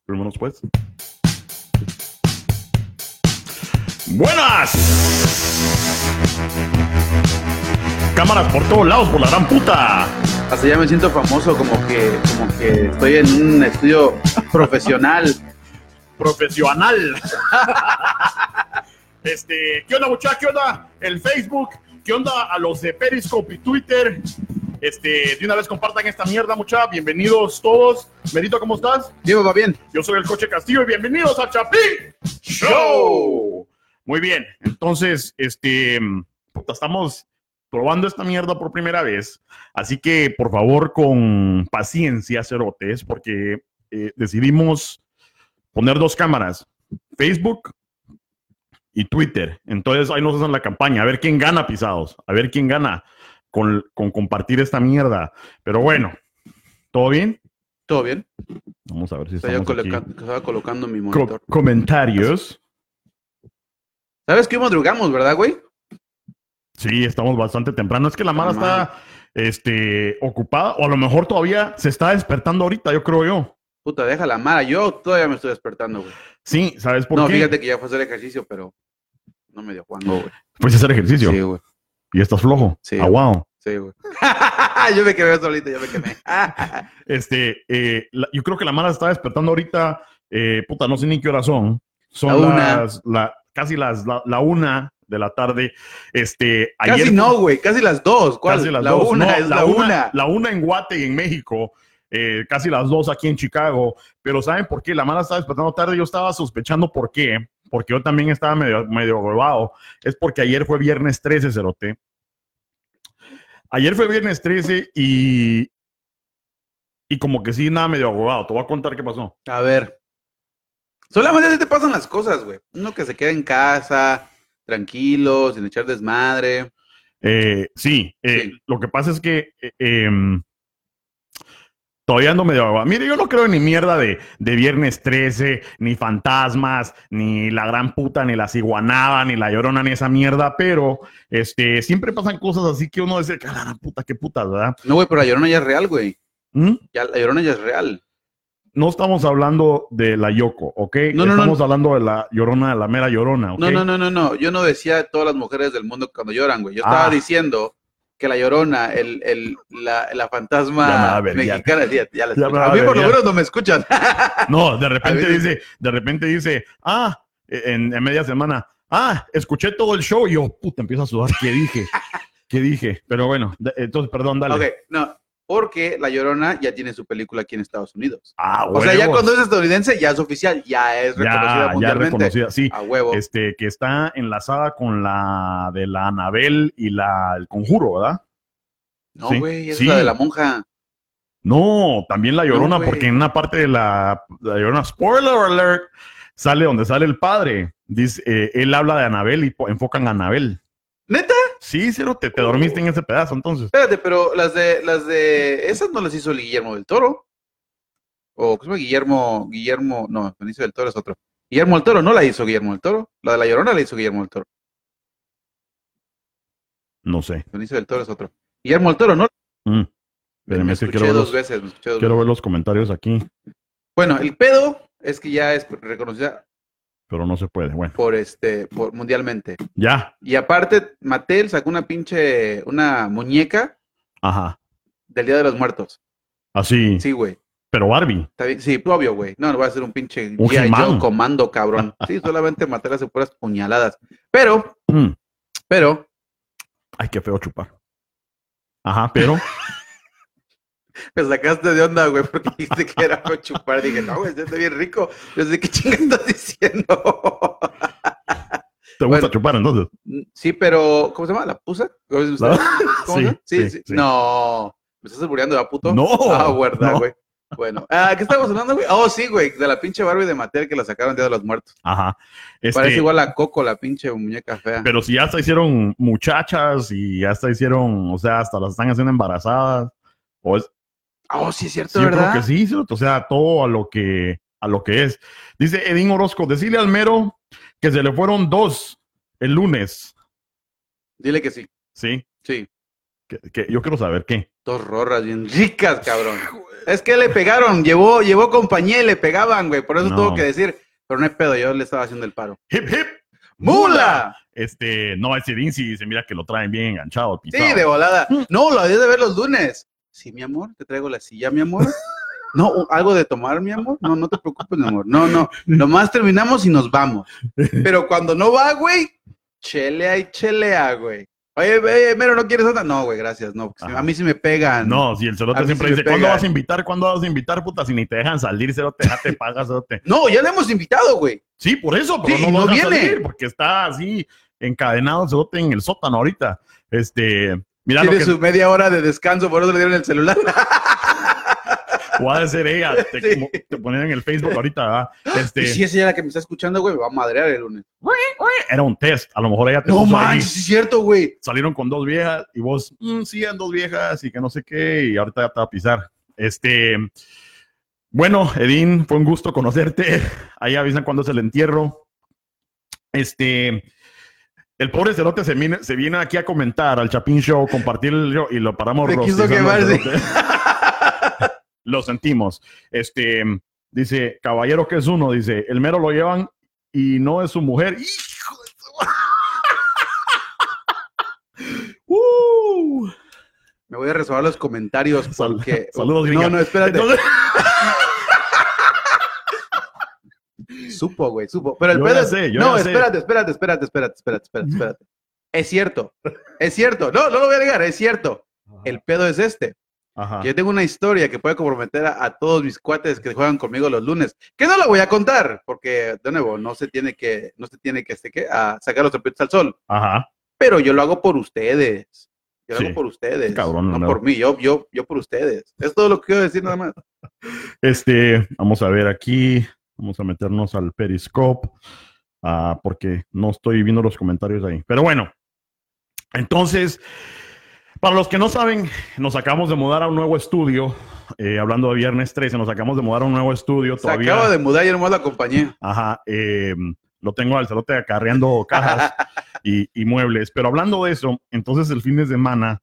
Vámonos pues. ¡Buenas! Cámaras por todos lados, por la gran puta. Hasta ya me siento famoso, como que estoy en un estudio profesional. Profesional. ¿Qué onda, muchachos? ¿Qué onda el Facebook? ¿Qué onda a los de Periscope y Twitter? De una vez compartan esta mierda, muchachos. Bienvenidos todos. Merito, ¿cómo estás? Diego, va bien. Yo soy el Coche Castillo y bienvenidos a Chapín Show. Muy bien, entonces, estamos probando esta mierda por primera vez, así que por favor con paciencia, cerotes, porque decidimos poner dos cámaras, Facebook y Twitter. Entonces ahí nos hacen la campaña, a ver quién gana, pisados, a ver quién gana con compartir esta mierda. Pero bueno, ¿todo bien? ¿Todo bien? Vamos a ver si estaba colocando mi monitor. Comentarios. ¿Sabes que madrugamos, verdad, güey? Sí, estamos bastante temprano. Es que la mala está ocupada, o a lo mejor todavía se está despertando ahorita, yo creo yo. Puta, deja la mala. Yo todavía me estoy despertando, güey. Sí, ¿sabes por qué? No, fíjate que ya fue a hacer ejercicio, pero no me dio cuando, güey. ¿Fuiste a hacer ejercicio? Sí, güey. ¿Y estás flojo? Sí. Aguado. Sí, güey. Yo me quemé solito, yo me quemé. Yo creo que la mala está despertando ahorita. No sé ni qué horas son. Son casi la 1 de la tarde. Ayer casi no, güey, casi las 2. ¿Cuál? Casi las la 2. una, no, es la 1. La 1 en Guate, en México. Casi las 2 aquí en Chicago. Pero ¿saben por qué? La mala estaba despertando tarde. Yo estaba sospechando por qué. Porque yo también estaba medio huevado. Es porque ayer fue viernes 13, cerote. Ayer fue viernes 13 y como que sí, nada medio abogado. Te voy a contar qué pasó. A ver. Solamente así te pasan las cosas, güey. Uno que se queda en casa, tranquilo, sin echar desmadre. Sí. Lo que pasa es que todavía ando medio abogado. Mire, yo no creo ni mierda de viernes 13, ni fantasmas, ni la gran puta, ni la ciguanaba, ni la llorona, ni esa mierda, pero siempre pasan cosas así que uno dice, la gran puta, qué puta, ¿verdad? No, güey, pero la llorona ya es real, güey. Ya, la llorona ya es real. No estamos hablando de la Yoko, ¿ok? Estamos hablando de la llorona, de la mera llorona, ¿ok? No. Yo no decía todas las mujeres del mundo cuando lloran, güey. Yo estaba diciendo que la llorona, la fantasma mexicana, ya la escuchan. A mí por lo menos no me escuchan. No, de repente dice, en media semana, escuché todo el show y yo, puta, empiezo a sudar. ¿Qué dije? Pero bueno, entonces, perdón, dale. Ok, no. Porque La Llorona ya tiene su película aquí en Estados Unidos. O sea, ya cuando es estadounidense, ya es oficial, ya es reconocida mundialmente. Ya reconocida, sí. A huevo. Que está enlazada con la de la Anabel y el Conjuro, ¿verdad? No, güey, es la de la monja. No, también La Llorona, porque en una parte de la Llorona, spoiler alert, sale donde sale el padre. Dice, él habla de Anabel y enfocan a Anabel. ¿Neta? Sí, Cero, te dormiste en ese pedazo, entonces. Espérate, pero las de esas no las hizo el Guillermo del Toro. O ¿cómo se llama? Guillermo, no, Benicio del Toro es otro. Guillermo del Toro no la hizo Guillermo del Toro. La de La Llorona la hizo Guillermo del Toro. No sé. Benicio del Toro es otro. Guillermo del Toro, ¿no? Me escuché dos veces. Quiero ver los comentarios aquí. Bueno, el pedo es que ya es reconocida. Pero no se puede, bueno. Por mundialmente. Ya. Y aparte, Mattel sacó una muñeca. Ajá. Del Día de los Muertos. Así. Sí, güey. Pero Barbie. Sí, obvio, güey. No va a ser un pinche G.I. Joe comando, cabrón. Sí, solamente Mattel hace puras puñaladas. Pero. Ay, qué feo chupar. Ajá, pero. Me sacaste de onda, güey, porque dijiste que era feo chupar. Dije, no, güey, está bien rico. Yo sé qué chinga estás diciendo. ¿Te gusta chupar entonces? Sí, pero ¿cómo se llama? ¿La pusa? ¿Cómo se llama? Sí. No. ¿Me estás albureando, da puto? No. Verdad, güey. Bueno. ¿Qué estábamos hablando, güey? Sí, güey, de la pinche Barbie de Mattel que la sacaron Día de los Muertos. Ajá. Parece igual a Coco, la pinche muñeca fea. Pero si ya hasta hicieron muchachas y ya hasta hicieron, o sea, hasta las están haciendo embarazadas. Sí, es cierto, sí, ¿verdad? Yo creo que sí, ¿cierto? O sea, todo a lo que es. Dice Edín Orozco, decirle al mero que se le fueron 2 el lunes. Dile que sí. ¿Sí? Sí. Que yo quiero saber qué. 2 rorras bien ricas, cabrón. Es que le pegaron, llevó compañía y le pegaban, güey. Por eso tuvo que decir, pero no hay pedo, yo le estaba haciendo el paro. ¡Hip, hip! ¡Mula! No va a decir Insi, se mira que lo traen bien enganchado, pisado. Sí, de volada. No, lo debes de ver los lunes. Sí, mi amor, te traigo la silla, mi amor. No, algo de tomar, mi amor. No, no te preocupes, mi amor. No. Nomás terminamos y nos vamos. Pero cuando no va, güey, chelea y chelea, güey. Oye, mero, ¿no quieres otra? No, güey, gracias, no. A mí sí me pegan. No, si el cerote siempre dice, ¿cuándo vas a invitar? ¿Cuándo vas a invitar, puta? Si ni te dejan salir, cerote, ya te pagas, cerote. No, ya le hemos invitado, güey. Sí, por eso, pero sí, no viene. Salir porque está así encadenado el cerote en el sótano ahorita. Mira tiene su media hora de descanso, por eso le dieron el celular. O ha de ser ella, te ponen en el Facebook ahorita, ¿verdad? Y si es ella la que me está escuchando, güey, me va a madrear el lunes. Era un test, a lo mejor ella te no manches, es cierto, güey. Salieron con 2 viejas y vos, sí, eran 2 viejas y que no sé qué, y ahorita ya te va a pisar. Bueno, Edín, fue un gusto conocerte. Ahí avisan cuándo es el entierro. El pobre cerote se viene aquí a comentar al Chapín Show, compartir el show y lo paramos. Me quiso quemarse. Lo sentimos. Dice, caballero que es uno, dice, el mero lo llevan y no es su mujer. ¡Hijo de su... Me voy a resolver los comentarios porque... Saludos, no, espérate. Entonces... Supo, güey, supo. Pero el pedo es... No, espérate. Es cierto. No lo voy a negar, es cierto. Ajá. El pedo es este. Ajá. Yo tengo una historia que puede comprometer a todos mis cuates que juegan conmigo los lunes, que no la voy a contar, porque, de nuevo, no se tiene que sacar los trapitos al sol. Ajá. Pero yo lo hago por ustedes. Yo lo hago por ustedes. Cabrón, no por mí, yo por ustedes. Es todo lo que quiero decir nada más. Vamos a ver aquí. Vamos a meternos al Periscope, porque no estoy viendo los comentarios ahí. Pero bueno, entonces, para los que no saben, nos acabamos de mudar a un nuevo estudio. Hablando de Viernes 13, nos acabamos de mudar a un nuevo estudio. Se acaba de mudar, ya nomás la compañía. Ajá, lo tengo al cerote acarreando cajas y muebles. Pero hablando de eso, entonces el fin de semana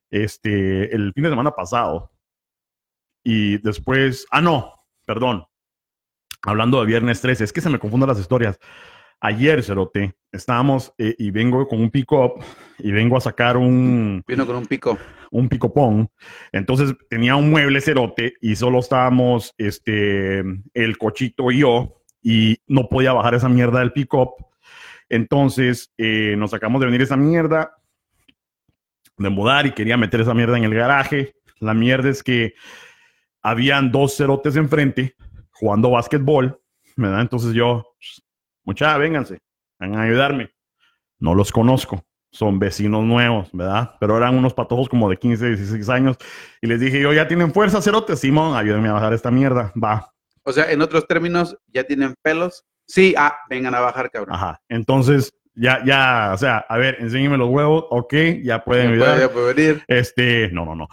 pasado, y después, perdón. Hablando de Viernes 13, es que se me confunden las historias. Ayer, cerote, estábamos y vengo con un pick-up y vengo a sacar Vino con un pico. Un pico-pong. Entonces tenía un mueble, cerote, y solo estábamos el cochito y yo, y no podía bajar esa mierda del pick-up. Entonces nos sacamos de venir esa mierda, de mudar, y quería meter esa mierda en el garaje. La mierda es que habían 2 cerotes enfrente jugando básquetbol, ¿verdad? Entonces yo, vénganse, vengan a ayudarme. No los conozco, son vecinos nuevos, ¿verdad? Pero eran unos patojos como de 15, 16 años. Y les dije, ¿ya tienen fuerza, cerotes? Simón, ayúdenme a bajar esta mierda, va. O sea, en otros términos, ¿ya tienen pelos? Sí, vengan a bajar, cabrón. Ajá, entonces, ya, o sea, a ver, enséñenme los huevos, ok, ya pueden ayudar. Ya puede venir. No.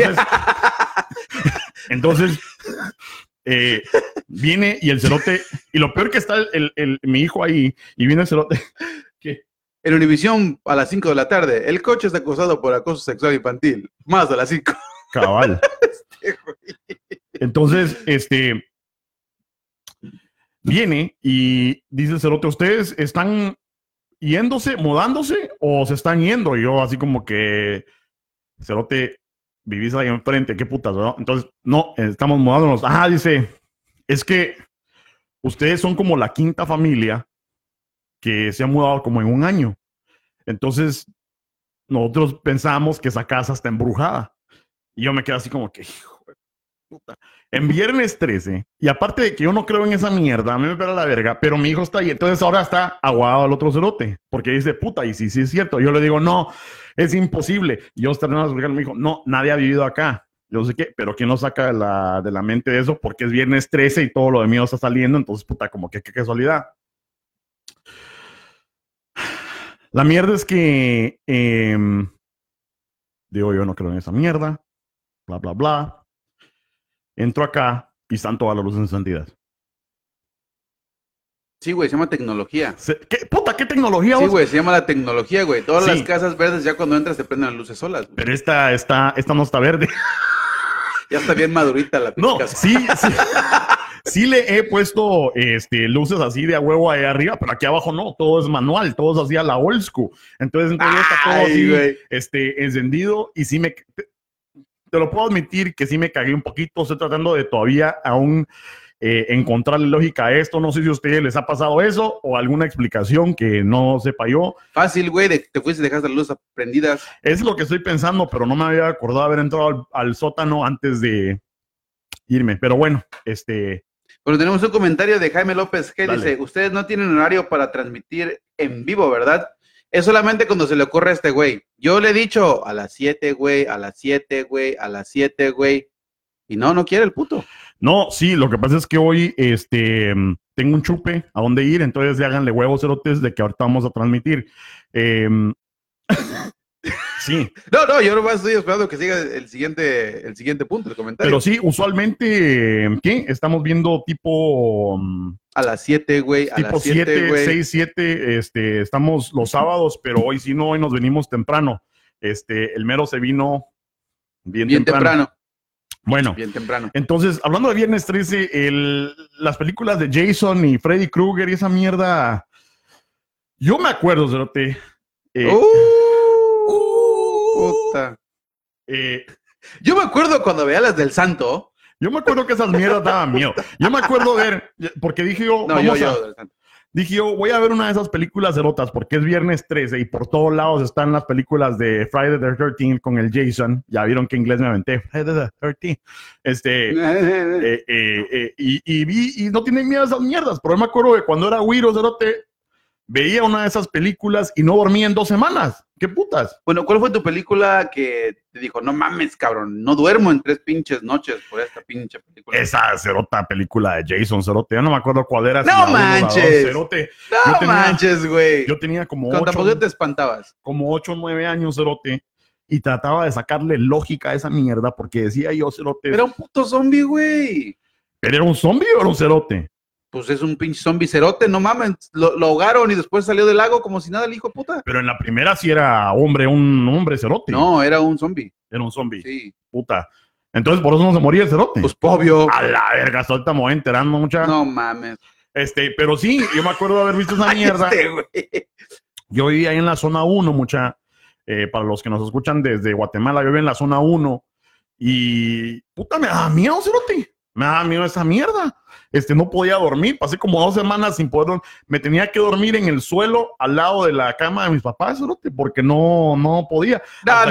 Entonces, viene y el cerote, y lo peor que está mi hijo ahí, y viene el cerote. ¿Qué? En Univisión a las 5 de la tarde, el coche es acusado por acoso sexual infantil. Más a las 5. Cabal. Entonces, viene y dice el cerote, ¿ustedes están mudándose o se están yendo? Y yo así como que, cerote, vivís ahí enfrente, qué putas, ¿no? Entonces, no, estamos mudándonos. Dice, es que ustedes son como la 5ª familia que se ha mudado como en un año. Entonces, nosotros pensamos que esa casa está embrujada. Y yo me quedo así como que, hijo de puta. En Viernes 13, y aparte de que yo no creo en esa mierda, a mí me pega la verga, pero mi hijo está ahí, entonces ahora está aguado al otro cerote, porque dice, puta, y sí es cierto. Yo le digo, no, es imposible. Yo estoy explicando, me dijo, no, nadie ha vivido acá. Yo sé qué, pero ¿quién lo saca de la mente de eso? Porque es Viernes 13 y todo lo de mí está saliendo, entonces, puta, como que qué casualidad. La mierda es que, digo, yo no creo en esa mierda, bla, bla, bla. Entro acá y están todas las luces encendidas. Sí, güey, se llama tecnología. ¿Qué, puta, qué tecnología? Sí, güey, se llama la tecnología, güey. Todas Sí. las casas verdes ya cuando entras te prenden las luces solas. Güey. Pero esta no está verde. Ya está bien madurita la pinche casa. Sí. Sí le he puesto luces así de a huevo ahí arriba, pero aquí abajo no, todo es manual, todo es así a la old school. Entonces está todo así, güey. encendido y sí te lo puedo admitir que sí me cagué un poquito. Estoy tratando de todavía aún encontrarle lógica a esto. No sé si a ustedes les ha pasado eso o alguna explicación que no sepa yo. Fácil, güey, te fuiste y dejaste las luces prendidas. Es lo que estoy pensando, pero no me había acordado haber entrado al sótano antes de irme. Pero bueno, Bueno, tenemos un comentario de Jaime López que Dale. dice, ustedes no tienen horario para transmitir en vivo, ¿verdad? Es solamente cuando se le ocurre a este güey. Yo le he dicho a las 7, güey, a las 7, güey, a las 7, güey. Y no quiere el puto. No, sí, lo que pasa es que hoy tengo un chupe a dónde ir, entonces le háganle huevos, cerotes, de que ahorita vamos a transmitir. Sí. No, yo nomás estoy esperando que siga el siguiente punto, el comentario. Pero sí, usualmente, ¿qué? Estamos viendo tipo... a las 7, güey, a tipo las 7, güey. 6, 7, estamos los sábados, pero hoy sí no, hoy nos venimos temprano. El mero se vino bien temprano. Bueno, bien temprano. Entonces, hablando de Viernes 13, las películas de Jason y Freddy Krueger y esa mierda, yo me acuerdo, cerote. Puta. Yo me acuerdo cuando veía las del Santo. Yo me acuerdo que esas mierdas daban miedo. Yo me acuerdo ver, porque dije yo, dije yo, voy a ver una de esas películas erotas porque es Viernes 13 y por todos lados están las películas de Friday the 13th con el Jason. Ya vieron que inglés me aventé. Friday the 13th. Y vi, y no tienen miedo a esas mierdas, pero yo me acuerdo que cuando era güiro, cerote, veía una de esas películas y no dormía en 2 semanas. ¿Qué putas? Bueno, ¿cuál fue tu película que te dijo, no mames, cabrón, no duermo en 3 pinches noches por esta pinche película? Esa cerota película de Jason, cerote. Yo no me acuerdo cuál era. ¡No manches! Cerote. ¡No manches, güey! Yo tenía como 8... Tampoco te espantabas. Como 8 o 9 años, cerote. Y trataba de sacarle lógica a esa mierda porque decía yo, cerote. Era un puto zombie, güey. ¿Pero era un zombie o era un cerote? Pues es un pinche zombie cerote, no mames. Lo ahogaron y después salió del lago como si nada el hijo de puta. Pero en la primera sí era un hombre cerote. No, era un zombie. Era un zombie. Sí. Puta. Entonces por eso no se moría el cerote. Pues obvio. A la verga, ahorita me voy enterando mucha. No mames. Pero sí, yo me acuerdo de haber visto esa mierda. Yo vivía ahí en la zona 1, mucha. Para los que nos escuchan desde Guatemala, yo vivía en la zona 1. Y puta, me daba miedo, cerote. Me daba miedo esa mierda. No podía dormir. Pasé como 2 semanas sin poder dormir. Me tenía que dormir en el suelo al lado de la cama de mis papás, cerote, porque no podía. No.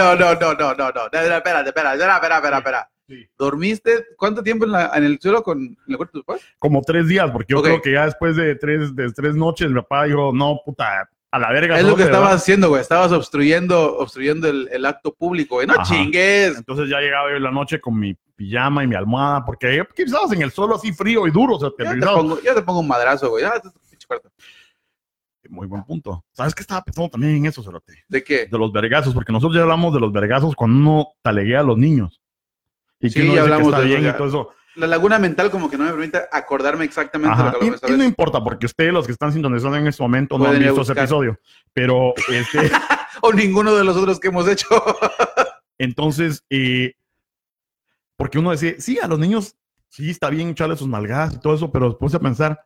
Espera. Sí. ¿Dormiste cuánto tiempo en el suelo con el cuarto de tus papás? Como 3 días, porque yo creo que ya después de 3 noches, mi papá dijo, no, puta, a la verga. Es lo que estabas haciendo, güey. Estabas obstruyendo el acto público, güey. No chingues. Entonces ya llegaba yo en la noche con mi pijama y mi almohada, porque estabas en el suelo así frío y duro. O sea, yo te pongo un madrazo, güey. Muy buen punto. ¿Sabes qué estaba pensando también en eso, cerote? ¿De qué? De los vergazos, porque nosotros ya hablamos de los vergazos cuando uno taleguea a los niños. Y que sí, ya hablamos que está de bien eso, y todo eso. La laguna mental como que no me permite acordarme exactamente de lo que y no importa, porque ustedes, los que están sintonizando en este momento, no han visto ese episodio. Pero o ninguno de los otros que hemos hecho. Entonces, porque uno decía, sí, a los niños, sí, está bien echarle sus nalgadas y todo eso, pero después de pensar,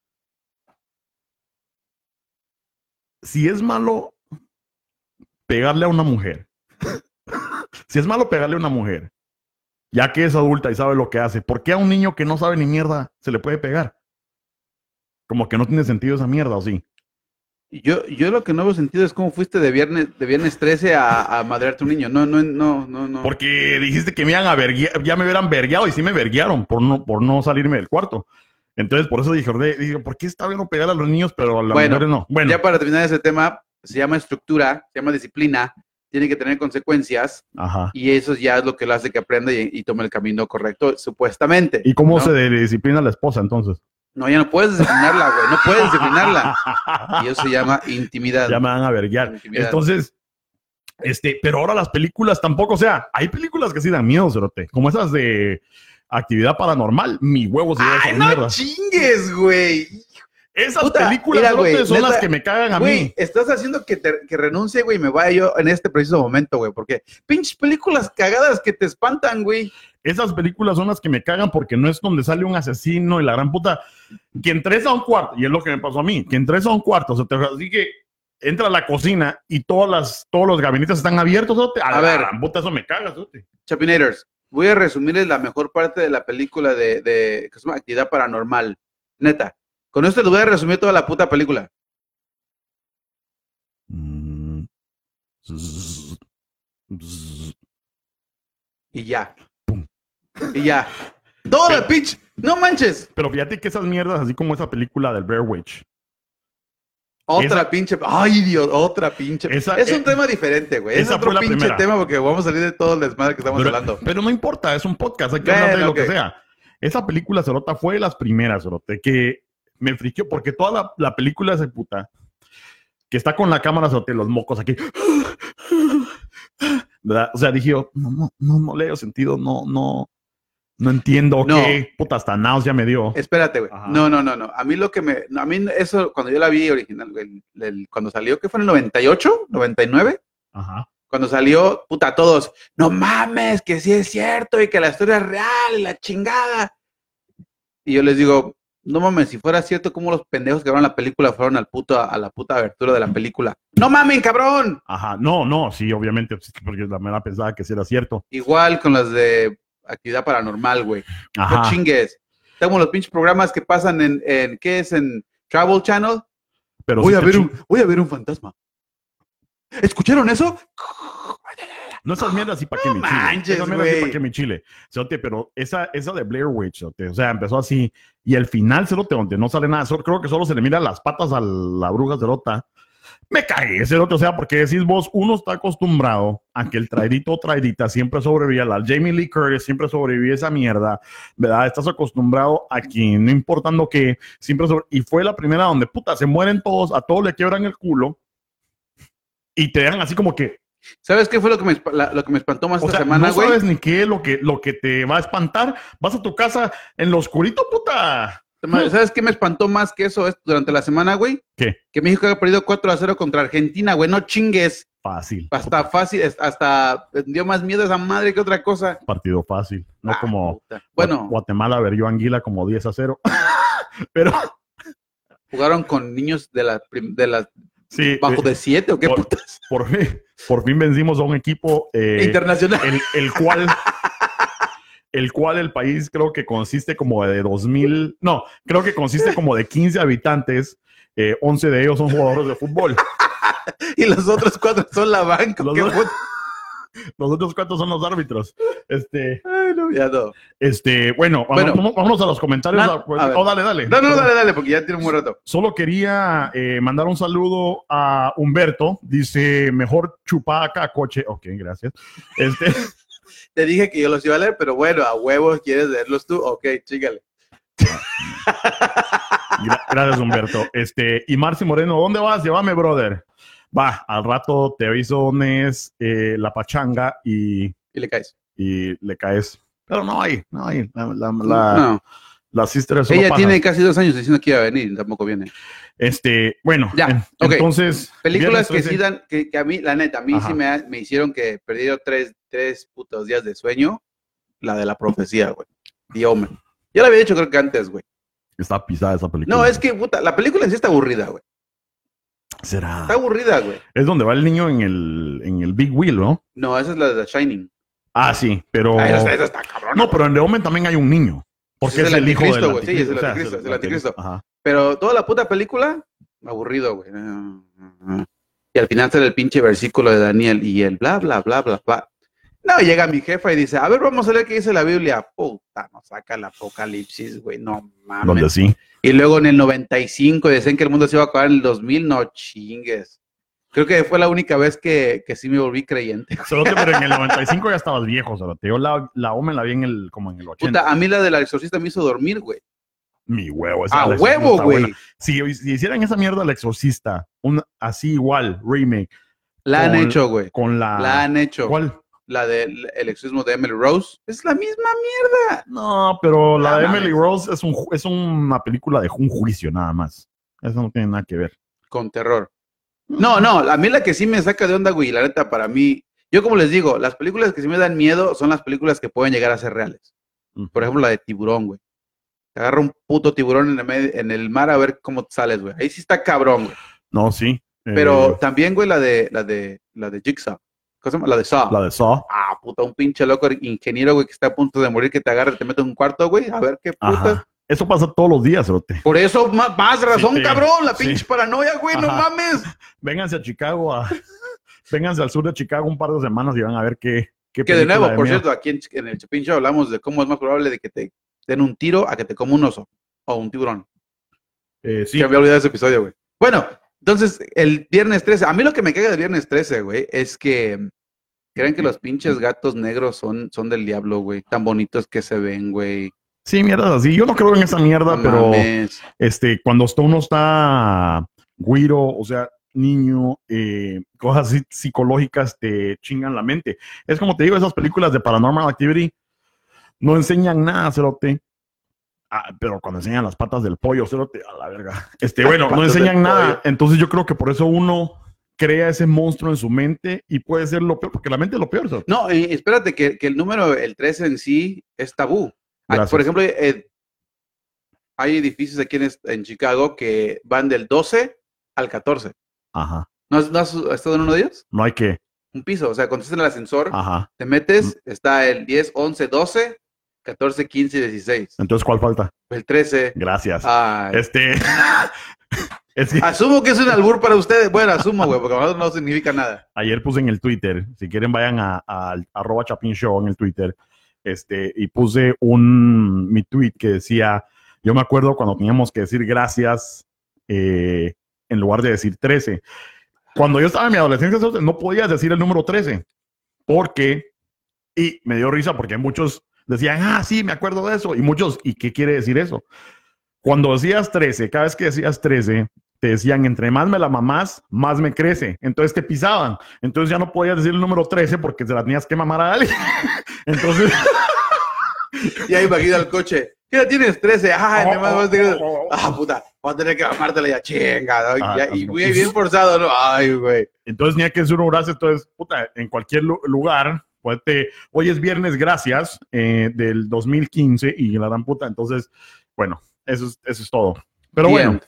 si es malo pegarle a una mujer, si es malo pegarle a una mujer, ya que es adulta y sabe lo que hace, ¿por qué a un niño que no sabe ni mierda se le puede pegar? Como que no tiene sentido esa mierda, ¿o sí? Yo lo que no veo sentido es cómo fuiste de viernes 13 a madrearte a un niño. No. Porque dijiste que me iban a verguear, ya me hubieran vergueado y sí me verguearon por no salirme del cuarto. Entonces, por eso dije, ¿por qué está bien pegar a los niños, pero a las mujeres no? Bueno, ya para terminar ese tema, se llama estructura, se llama disciplina, tiene que tener consecuencias. Ajá. Y eso ya es lo que lo hace que aprenda y tome el camino correcto, supuestamente. ¿Y cómo se disciplina a la esposa, entonces? No, ya no puedes disciplinarla, güey. No puedes disciplinarla. Y eso se llama intimidad. Ya me van a verguiar. Entonces, pero ahora las películas tampoco, o sea, hay películas que sí dan miedo, cerote. Como esas de Actividad Paranormal. Mi huevo se lleva esa mierda. ¡No chingues, güey! Esas películas son las que me cagan a mí. Estás haciendo que renuncie, güey, y me vaya yo en este preciso momento, güey, porque pinches películas cagadas que te espantan, güey. Esas películas son las que me cagan porque no es donde sale un asesino y la gran puta. Que entres a un cuarto, y es lo que me pasó a mí, que entres a un cuarto, así que entra a la cocina y todos los gabinetes están abiertos, a ver, la gran puta, eso me caga, Chapinators, voy a resumirles la mejor parte de la película de que se llama Actividad Paranormal. Neta. Con esto les voy a resumir toda la puta película. Y ya. Y ya. Toda la pinche. No manches. Pero fíjate que esas mierdas, así como esa película del Blair Witch. Pinche. Ay, Dios, otra pinche. Es un tema diferente, güey. Es otro pinche primera. Tema porque vamos a salir de todo el desmadre que estamos hablando. Pero no importa, es un podcast, hay que hablar de lo que sea. Esa película, Cerota, fue de las primeras, Cerote, que me friqueó porque toda la película de puta que está con la cámara sobre los mocos aquí, ¿verdad? O sea, dije yo, no le he sentido, no entiendo qué puta, hasta náusea me dio. Espérate, güey. No. A mí eso, cuando yo la vi original, cuando salió, ¿qué fue en el 98? ¿99? Ajá. Cuando salió, puta, todos, no mames, que sí es cierto y que la historia es real y la chingada. Y yo les digo, no mames, si fuera cierto, ¿cómo los pendejos que grabaron la película fueron a la puta abertura de la película? ¡No mames, cabrón! Ajá, no, sí, obviamente, porque la mera pensaba que sí era cierto. Igual con las de Actividad Paranormal, güey. Ajá. No chingues. Tengo los pinches programas que pasan en ¿qué es? En Travel Channel. Pero voy a ver un fantasma. ¿Escucharon eso? No, esas mierdas así para que me chile. Manches, esas mierdas así para que me chile. Cerote, pero esa de Blair Witch, cerote, o sea, empezó así. Y el final, cerote, donde no sale nada. Creo que solo se le mira las patas a la bruja cerota. Me cagué, cerote, o sea, porque decís vos, uno está acostumbrado a que el traidito o traidita siempre sobrevivía. La Jamie Lee Curtis siempre sobrevivía esa mierda, ¿verdad? Estás acostumbrado a que, no importando qué, siempre y fue la primera donde, puta, se mueren todos, a todos le quiebran el culo. Y te dejan así como que... ¿Sabes qué fue lo que me espantó más esta semana, güey? No sabes ni qué es lo que te va a espantar. Vas a tu casa en lo oscurito, puta. ¿Sabes qué me espantó más que eso durante la semana, güey? ¿Qué? Que México había perdido 4-0 contra Argentina, güey. No chingues. Fácil. Hasta dio más miedo a esa madre que otra cosa. Partido fácil. No como bueno, Guatemala verió a Anguila como 10-0. Pero... ¿Jugaron con niños de las sí, bajo de 7 o qué putas? Por fin vencimos a un equipo internacional. El cual el país creo que consiste como de 2,000, no, creo que consiste como de 15 habitantes, 11 de ellos son jugadores de fútbol. Y los otros 4 son la banca. Los otros 4 son los árbitros. Ay, no, ya no. Bueno, vámonos a los comentarios. Dale. No, dale, porque ya tiene un buen rato. Solo quería mandar un saludo a Humberto. Dice, mejor chupaca coche. Ok, gracias. Te dije que yo los iba a leer, pero bueno, a huevos, ¿quieres leerlos tú? Ok, chígale. Gracias, Humberto. Y Marci Moreno, ¿dónde vas? Llévame, brother. Va, al rato te aviso dónde es la pachanga y le caes. Pero no hay. No. La sister es ella tiene casi 2 años diciendo que iba a venir y tampoco viene. Bueno, ya, entonces... Películas que sí dan, que a mí, la neta, a mí sí me hicieron que perdieron 3 putos días de sueño. La de La Profecía, güey. The Omen. Ya lo había dicho creo que antes, güey. Está pisada esa película. No, es que, puta, la película en sí está aburrida, güey. ¿Será? Está aburrida, güey. Es donde va el niño en el Big Wheel, ¿no? No, esa es la de The Shining. Ah, sí, pero... Esa está cabrón. No, pero en The Omen también hay un niño. Porque es el hijo del güey. Sí, es el anticristo. Ajá. Pero toda la puta película, aburrido, güey. Y al final sale el pinche versículo de Daniel y el bla, bla, bla, bla, bla. No, llega mi jefa y dice, a ver, vamos a leer qué dice la Biblia. Puta, nos saca el Apocalipsis, güey, no mames. ¿Dónde sí? Y luego en el 95 decían que el mundo se iba a acabar en el 2000, no chingues. Creo que fue la única vez que sí me volví creyente. Pero en el 95 ya estabas viejo, solo te. Yo la Omen la vi como en el 80. Puta, a mí la de La Exorcista me hizo dormir, güey. Mi huevo. ¡A huevo, güey! Si hicieran esa mierda La Exorcista, así igual, remake. La han hecho, güey. La han hecho. ¿Cuál? La del exorcismo de Emily Rose. Es la misma mierda. No, pero la de Emily Rose es una película de un juicio, nada más. Eso no tiene nada que ver. Con terror. No, a mí la que sí me saca de onda, güey, la neta, para mí, yo como les digo, las películas que sí me dan miedo son las películas que pueden llegar a ser reales. Por ejemplo, la de Tiburón, güey. Te agarra un puto tiburón en el mar a ver cómo sales, güey. Ahí sí está cabrón, güey. No, sí. Pero también, güey, la de Jigsaw. ¿Cómo se llama? La de Saw. La de Saw. Ah, puta, un pinche loco ingeniero, güey, que está a punto de morir, que te agarra y te mete en un cuarto, güey. A ver qué puta. Ajá. Eso pasa todos los días, Cerote. Por eso, más razón, Sí, cabrón, la pinche paranoia, güey, no mames. Vénganse a Chicago, vénganse al sur de Chicago un par de semanas y van a ver qué que de nuevo, por cierto, aquí en el Chapin Show hablamos de cómo es más probable de que te den un tiro a que te coma un oso o un tiburón. Sí. Que me había olvidado ese episodio, güey. Bueno, entonces, el viernes 13, a mí lo que me caga del viernes 13, güey, es que creen que los pinches gatos negros son del diablo, güey. Tan bonitos que se ven, güey. Sí, mierda, así. Yo no creo en esa mierda, No pero mames. cuando uno está güiro, o sea, niño, cosas así psicológicas te chingan la mente. Es como te digo, esas películas de Paranormal Activity no enseñan nada, cerote. Pero cuando enseñan las patas del pollo, cerote, a la verga. Bueno, no enseñan nada. Entonces yo creo que por eso uno crea ese monstruo en su mente y puede ser lo peor, porque la mente es lo peor, cerote. No, espérate, que el número, el 13 en sí, es tabú. Por ejemplo, hay edificios aquí en Chicago que van del 12 al 14. Ajá. ¿No has estado en uno de ellos? No hay que. Un piso, o sea, cuando estás en el ascensor, Ajá. te metes, está el 10, 11, 12, 14, 15 y 16. Entonces, ¿cuál falta? El 13. Gracias. Ay. Es que... Asumo que es un albur para ustedes. Bueno, asumo, güey, porque a nosotros no significa nada. Ayer puse en el Twitter, si quieren vayan a @chapinshow en el Twitter, y puse mi tweet que decía, yo me acuerdo cuando teníamos que decir gracias en lugar de decir 13. Cuando yo estaba en mi adolescencia no podías decir el número 13 y me dio risa porque muchos decían, sí, me acuerdo de eso, y muchos, ¿y qué quiere decir eso? Cuando decías 13, cada vez que decías 13, te decían, entre más me la mamás, más me crece. Entonces te pisaban. Entonces ya no podías decir el número 13 porque se la tenías que mamar a alguien. Entonces... Ya imagina el coche. ¿Qué edad tienes? 13. Ay, puta, voy a tener que mamártela ya, chinga. Y güey, bien forzado, ¿no? Ay, güey. Entonces tenía que decir un brazo. Entonces, puta, en cualquier lugar, pues hoy es viernes, gracias, del 2015 y la gran puta. Entonces, bueno, eso es todo. Pero Bien. bueno,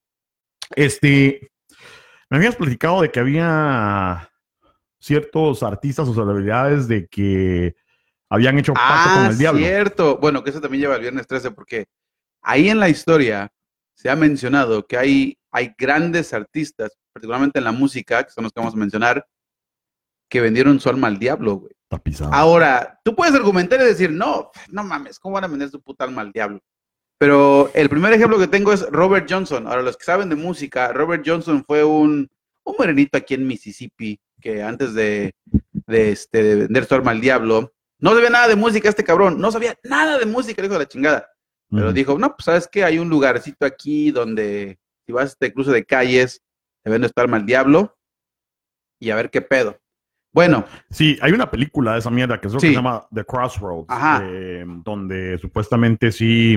me habías platicado de que había ciertos artistas o celebridades de que habían hecho pacto con el diablo. Cierto. Bueno, que eso también lleva el viernes 13 porque ahí en la historia se ha mencionado que hay grandes artistas, particularmente en la música, que son los que vamos a mencionar, que vendieron su alma al diablo, güey. Está pisado. Ahora, tú puedes argumentar y decir, no mames, ¿cómo van a vender su puta alma al diablo? Pero el primer ejemplo que tengo es Robert Johnson. Ahora, los que saben de música, Robert Johnson fue un morenito aquí en Mississippi que antes de vender su alma al diablo, no sabía nada de música este cabrón, no sabía nada de música, hijo de la chingada. Pero dijo, no, pues ¿sabes qué? Hay un lugarcito aquí donde si vas a este cruce de calles, te vendo tu alma al diablo y a ver qué pedo. Bueno. Sí, hay una película de esa mierda que se llama The Crossroads, donde supuestamente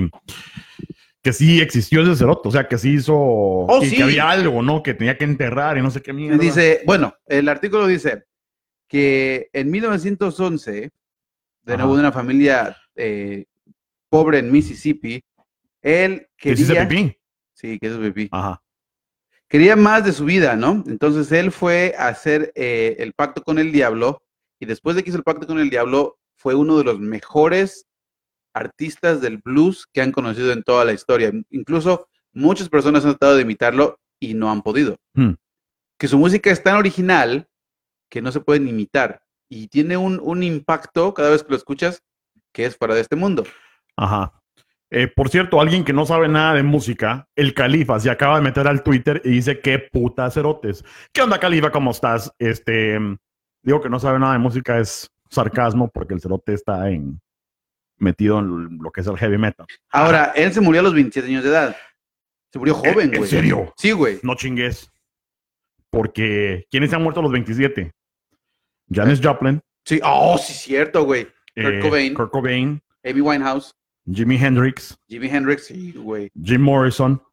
que sí existió ese cerote, o sea, que sí hizo, que había algo, ¿no? Que tenía que enterrar y no sé qué mierda. Dice, bueno, el artículo dice que en 1911, de nuevo de una familia pobre en Mississippi, él quería... ¿Que hizo pipí? Sí, que hizo pipí. Ajá. Quería más de su vida, ¿no? Entonces él fue a hacer el pacto con el diablo y después de que hizo el pacto con el diablo fue uno de los mejores artistas del blues que han conocido en toda la historia. Incluso muchas personas han tratado de imitarlo y no han podido. Que su música es tan original que no se pueden imitar y tiene un impacto cada vez que lo escuchas que es fuera de este mundo. Ajá. Por cierto, alguien que no sabe nada de música, el Califa se acaba de meter al Twitter y dice, qué puta cerotes. ¿Qué onda, Califa? ¿Cómo estás? Digo que no sabe nada de música, es sarcasmo porque el cerote está metido en lo que es el heavy metal. Ahora, él se murió a los 27 años de edad. Se murió joven, güey. ¿En serio? Sí, güey. No chingues. Porque, ¿quiénes se han muerto a los 27? Janis Joplin. Sí, sí, cierto, güey. Kurt Cobain. Amy Winehouse. Jimi Hendrix. Sí, güey. Jim Morrison.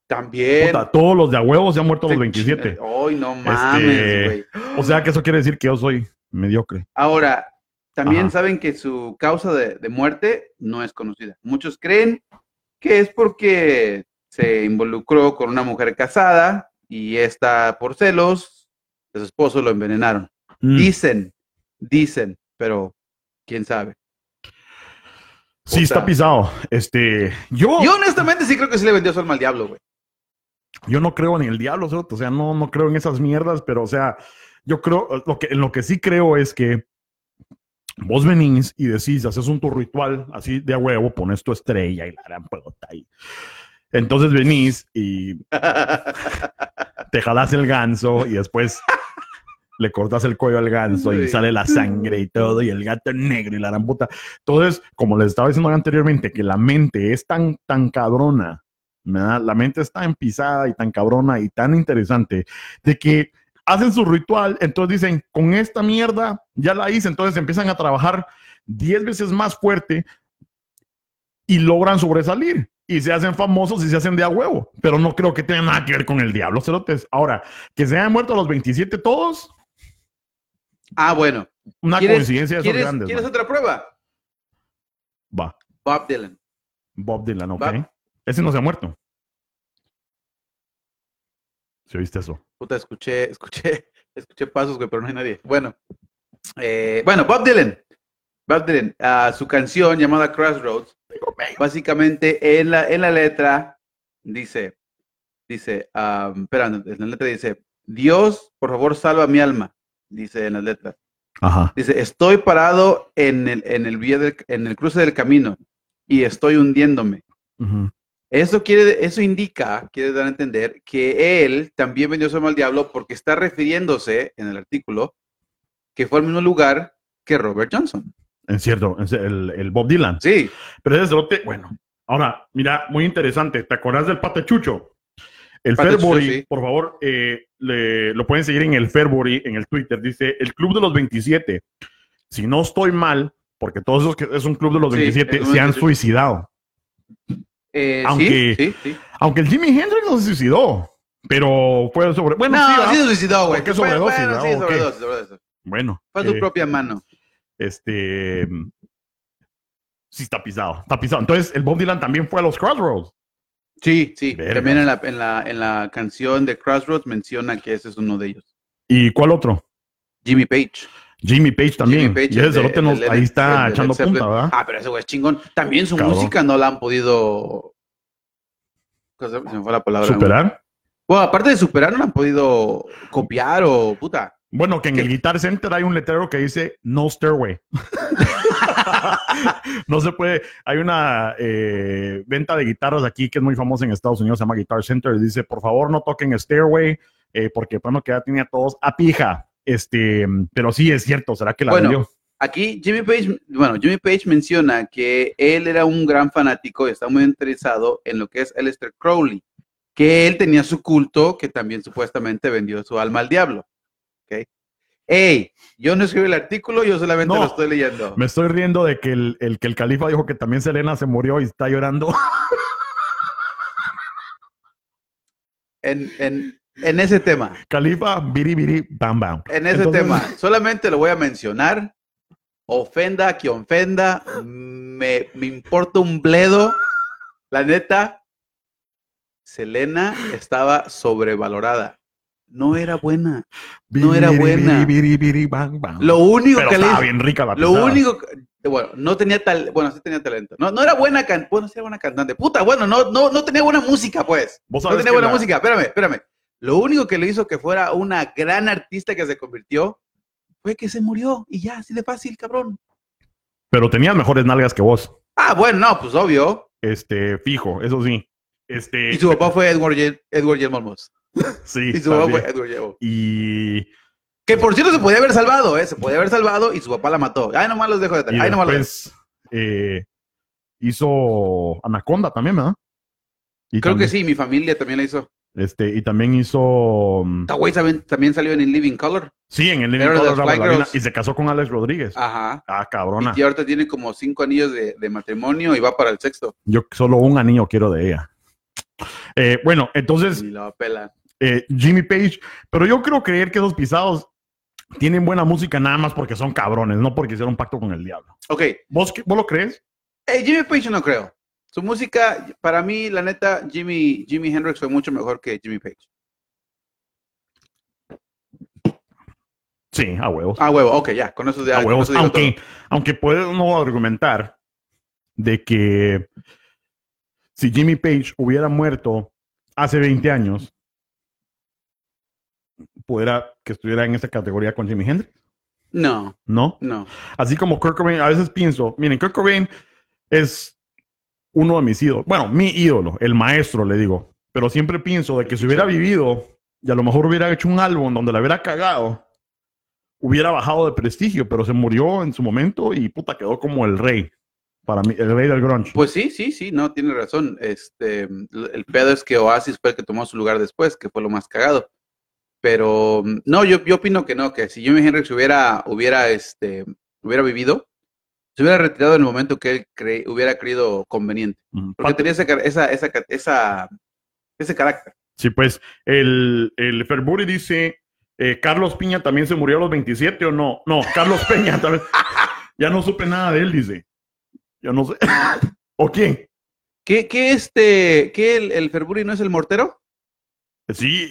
También. Puta, todos los de a huevo se han muerto a los 27. Ay, no mames, güey. O sea que eso quiere decir que yo soy mediocre. Ahora, también saben que su causa de muerte no es conocida. Muchos creen que es porque se involucró con una mujer casada y esta, por celos, de su esposo lo envenenaron. Dicen, pero quién sabe. Sí, está pisado. Yo honestamente sí creo que sí le vendió su alma al diablo, güey. Yo no creo en el diablo, ¿cierto? O sea, no creo en esas mierdas, pero o sea, yo creo, en lo que sí creo es que vos venís y decís, haces tu ritual así de a huevo, pones tu estrella y la gran pelota ahí. Entonces venís y te jalás el ganso y después le cortas el cuello al ganso y sale la sangre y todo, y el gato negro y la gran puta. Entonces, como les estaba diciendo anteriormente, que la mente es tan cabrona, ¿verdad? La mente es tan pisada y tan cabrona y tan interesante, de que hacen su ritual, entonces dicen, con esta mierda ya la hice, entonces empiezan a trabajar 10 veces más fuerte y logran sobresalir. Y se hacen famosos y se hacen de a huevo. Pero no creo que tenga nada que ver con el diablo, cerotes. Ahora, que se hayan muerto a los 27 todos. Bueno. Una coincidencia de esos grandes. ¿Quieres otra prueba? Va. Bob Dylan. Bob Dylan, ok. Ese no se ha muerto. ¿Sí oíste eso? Puta, escuché pasos, güey, pero no hay nadie. Bueno, Bob Dylan. Su canción llamada Crossroads, básicamente en la letra dice, en la letra dice, Dios, por favor, salva mi alma, dice en las letras. Ajá. Dice, estoy parado en el cruce del camino y estoy hundiéndome. Uh-huh. Eso quiere dar a entender que él también vendió su alma al diablo porque está refiriéndose en el artículo que fue al mismo lugar que Robert Johnson. En cierto, el Bob Dylan. Sí. Pero ese es bueno. Ahora, mira, muy interesante. ¿Te acuerdas del Patechucho? El Fairbury, sí. Por favor, lo pueden seguir en el Fairbury, en el Twitter. Dice, el Club de los 27. Si no estoy mal, porque todos esos que es un Club de los 27 se han suicidado. Aunque el Jimi Hendrix no se suicidó, pero fue sobre... Bueno, sí se suicidó, güey. ¿Qué sobredosis? Bueno, sí, sobredosis. Bueno. Fue tu propia mano. Sí está pisado. Entonces, el Bob Dylan también fue a los Crossroads. Sí. Verga. También en la canción de Crossroads menciona que ese es uno de ellos. ¿Y cuál otro? Jimmy Page. Jimmy Page también. Y ese ahí está echando punta, ¿verdad? Pero ese güey es chingón. También su música no la han podido... Se me fue la palabra. ¿Superar? Güey. Bueno, aparte de superar, no la han podido copiar o puta. Bueno, que en el Guitar Center hay un letrero que dice No Stairway. No se puede. Hay una venta de guitarras aquí que es muy famosa en Estados Unidos, se llama Guitar Center, y dice, por favor, no toquen Stairway, porque bueno, que ya tenía todos a pija. Pero sí es cierto, ¿será que la vendió? Aquí Jimmy Page menciona que él era un gran fanático y está muy interesado en lo que es Aleister Crowley, que él tenía su culto, que también supuestamente vendió su alma al diablo. ¿Okay? Ey, yo no escribí el artículo, yo solamente lo estoy leyendo. Me estoy riendo de que el califa dijo que también Selena se murió y está llorando. En ese tema. Califa, biri, biri, bam, bam. En ese tema, solamente lo voy a mencionar. Ofenda a quien ofenda, me importa un bledo. La neta, Selena estaba sobrevalorada. No era buena. No era buena. Lo único que le hizo. Bien rica la Lo único que, bueno, no tenía sí tenía talento. No era buena sí era buena cantante. Puta, bueno, no tenía buena música, pues. No tenía buena música. Espérame. Lo único que le hizo que fuera una gran artista que se convirtió fue que se murió y ya, así de fácil, cabrón. Pero tenía mejores nalgas que vos. Bueno, no, pues obvio. Fijo, eso sí. Y su papá fue Edward J. Olmos. Sí. Y su papá fue Edward J. Y... Que por cierto se podía haber salvado, se podía haber salvado y su papá la mató. Ay, nomás los dejo de tener. Y después hizo Anaconda también, ¿verdad? Creo que sí, mi familia también la hizo. Y también hizo... Güey, también salió en In Living Color. Sí, en el Living Color. Y se casó con Alex Rodríguez. Ajá. Cabrona. Y ahorita tiene como 5 anillos de matrimonio y va para el 6º. Yo solo un anillo quiero de ella. Bueno, entonces Jimmy Page, pero yo creo creer que esos pisados tienen buena música nada más porque son cabrones, no porque hicieron un pacto con el diablo. Ok. ¿Vos lo crees? Jimmy Page no creo. Su música, para mí, la neta, Jimi Hendrix fue mucho mejor que Jimmy Page. Sí, a huevos. A huevo, ok, ya, con eso de a huevos. Aunque puedo no argumentar de que si Jimmy Page hubiera muerto hace 20 años, pudiera que estuviera en esa categoría con Jimi Hendrix. No. Así como Kurt Cobain, a veces pienso, miren, Kurt Cobain es uno de mis ídolos. Bueno, mi ídolo, el maestro, le digo. Pero siempre pienso de que si hubiera vivido y a lo mejor hubiera hecho un álbum donde la hubiera cagado, hubiera bajado de prestigio, pero se murió en su momento y puta, quedó como el rey. Para mí, el rey del grunge. Pues sí, no, tiene razón. El pedo es que Oasis fue el que tomó su lugar después, que fue lo más cagado. Pero no, yo opino que no, que si Jimi Hendrix hubiera vivido, se hubiera retirado en el momento que él hubiera creído conveniente. Porque tenía ese carácter. Sí, pues el Ferbury dice, Carlos Piña también se murió a los 27 o no. No, Carlos Peña también. Ya no supe nada de él, dice. Yo no sé. ¿O quién? ¿Qué el Ferbury no es el mortero? Sí,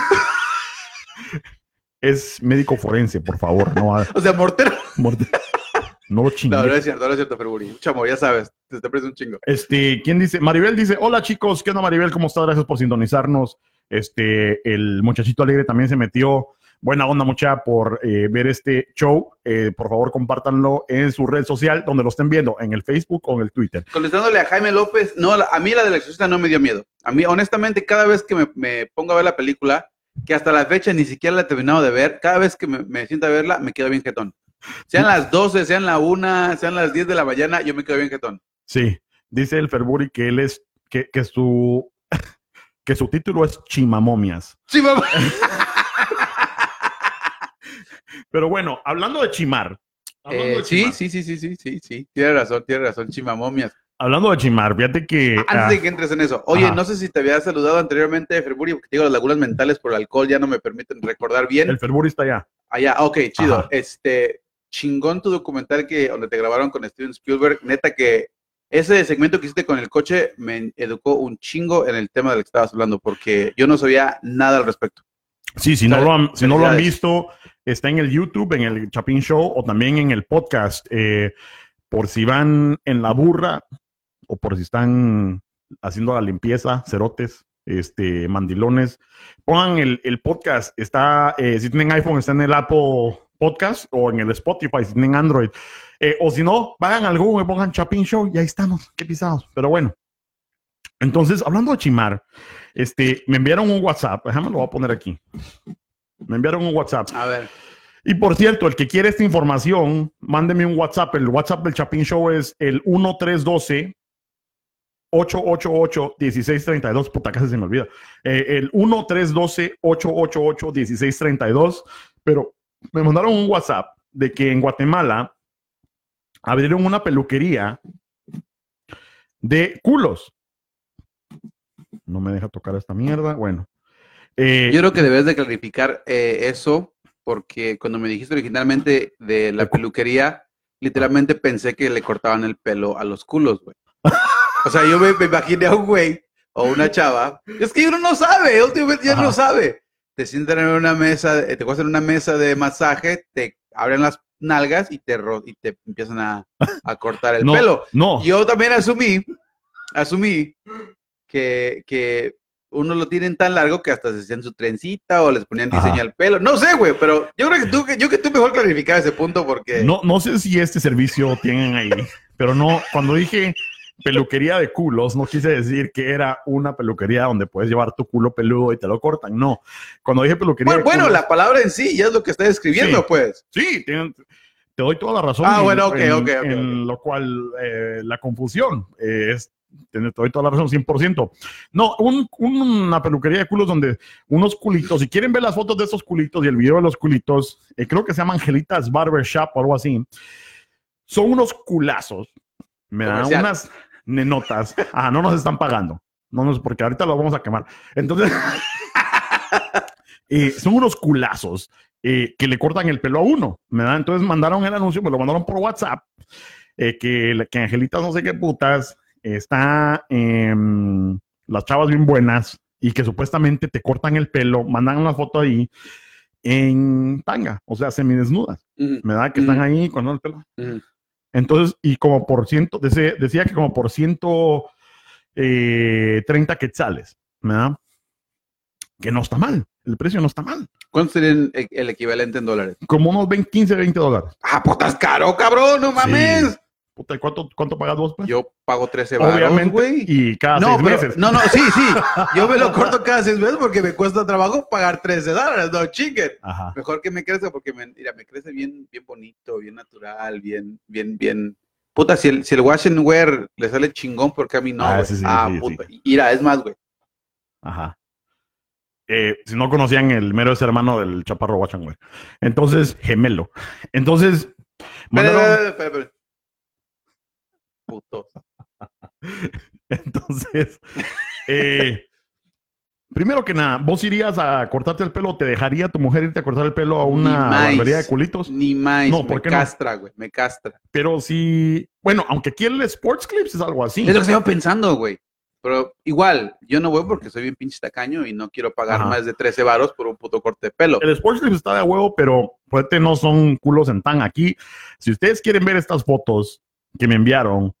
es médico forense, por favor. No, o sea, mortero. No lo chingues. No es cierto, Ferbury. Chamo, ya sabes, te parece un chingo. ¿Quién dice? Maribel dice, hola chicos, ¿qué onda Maribel? ¿Cómo estás? Gracias por sintonizarnos. El muchachito alegre también se metió. Buena onda, mucha, por ver este show. Por favor, compártanlo en su red social, donde lo estén viendo, en el Facebook o en el Twitter. Contestándole a Jaime López, no, a mí la del exorcista no me dio miedo. A mí, honestamente, cada vez que me pongo a ver la película, que hasta la fecha ni siquiera la he terminado de ver, cada vez que me siento a verla, me quedo bien jetón. Sean las 12, sean la 1, sean las 10 de la mañana, yo me quedo bien jetón. Sí, dice el Ferbury que él es, que su título es Chimamomias. Pero bueno, hablando de chimar. Sí. Tienes razón, Chimamomias. Hablando de chimar, fíjate que... Antes de que entres en eso, oye, no sé si te había saludado anteriormente, Ferbury, porque te digo, las lagunas mentales por el alcohol ya no me permiten recordar bien. El Ferbury está allá. Allá, ok, chido. Ajá. Chingón tu documental donde te grabaron con Steven Spielberg. Neta que ese segmento que hiciste con el coche me educó un chingo en el tema del que estabas hablando, porque yo no sabía nada al respecto. Sí, si no lo han visto, está en el YouTube, en el Chapín Show, o también en el podcast. Por si van en la burra, o por si están haciendo la limpieza, cerotes, mandilones, pongan el podcast. Está, si tienen iPhone, está en el Apple Podcast o en el Spotify si tienen Android. O si no, vayan al Google y pongan Chapín Show y ahí estamos, qué pisados. Pero bueno, entonces, hablando de chimar, me enviaron un WhatsApp, déjame lo voy a poner aquí. Me enviaron un WhatsApp. A ver. Y por cierto, el que quiere esta información, mándeme un WhatsApp. El WhatsApp del Chapín Show es el 1312-888-1632. Puta, casi se me olvida. El 1312-888-1632. Pero me mandaron un WhatsApp de que en Guatemala abrieron una peluquería de culos. No me deja tocar esta mierda. Bueno. Yo creo que debes de clarificar eso, porque cuando me dijiste originalmente de la peluquería, literalmente pensé que le cortaban el pelo a los culos, güey. O sea, yo me imaginé a un güey o una chava. Es que uno no sabe, últimamente ya no sabe. Te sientan en una mesa, te hacen una mesa de masaje, te abren las nalgas y te empiezan a cortar el pelo. No. Yo también asumí que uno lo tienen tan largo que hasta se hacían su trencita o les ponían diseño al pelo. No sé, güey, pero yo creo que tú mejor clarificar ese punto porque... No sé si este servicio tienen ahí, pero no, cuando dije peluquería de culos, no quise decir que era una peluquería donde puedes llevar tu culo peludo y te lo cortan, no. Cuando dije peluquería de culos, la palabra en sí ya es lo que está describiendo, sí, pues. Sí, te doy toda la razón. En lo cual la confusión es... Te doy toda la razón, 100%. No, una peluquería de culos donde unos culitos, si quieren ver las fotos de esos culitos y el video de los culitos, creo que se llama Angelitas Barbershop o algo así, son unos culazos. Me dan unas nenotas. No nos están pagando. No es porque ahorita lo vamos a quemar. Entonces, son unos culazos que le cortan el pelo a uno, ¿verdad? Entonces mandaron el anuncio, me lo mandaron por WhatsApp, que Angelita no sé qué putas está las chavas bien buenas y que supuestamente te cortan el pelo, mandan una foto ahí en tanga, o sea, semidesnudas, ¿verdad? Que están ahí con el pelo. Entonces, y como por decía que como por 130 quetzales, ¿verdad? Que no está mal, el precio no está mal. ¿Cuánto sería el equivalente en dólares? Como unos 15, 20 dólares. Ah, pues estás caro, cabrón, no mames. Sí. Puta, ¿cuánto pagas vos, pues? Yo pago 13 baros, obviamente, güey. Y cada 6 meses. No, sí. Yo me lo corto cada 6 meses porque me cuesta trabajo pagar $13, no chicken. Ajá. Mejor que me crezca porque me crece bien bonito, bien natural, bien. Puta, si el wash and wear le sale chingón, porque a mí no, güey. Sí, puta. Sí. Mira, es más, güey. Ajá. Si no conocían, el mero es hermano del chaparro wash and wear. Entonces, gemelo. Entonces, Espera. Puto. Entonces, primero que nada, ¿vos irías a cortarte el pelo? ¿Te dejaría tu mujer irte a cortar el pelo a una barbería de culitos? Ni más. No, ¿por qué castra, güey. Me castra. Pero sí, bueno, aunque aquí el Sports Clips es algo así. Es lo que estaba pensando, güey. Pero igual, yo no voy porque soy bien pinche tacaño y no quiero pagar más de 13 varos por un puto corte de pelo. El Sports Clips está de huevo, pero fuerte no son culos en tan. Aquí, si ustedes quieren ver estas fotos que me enviaron,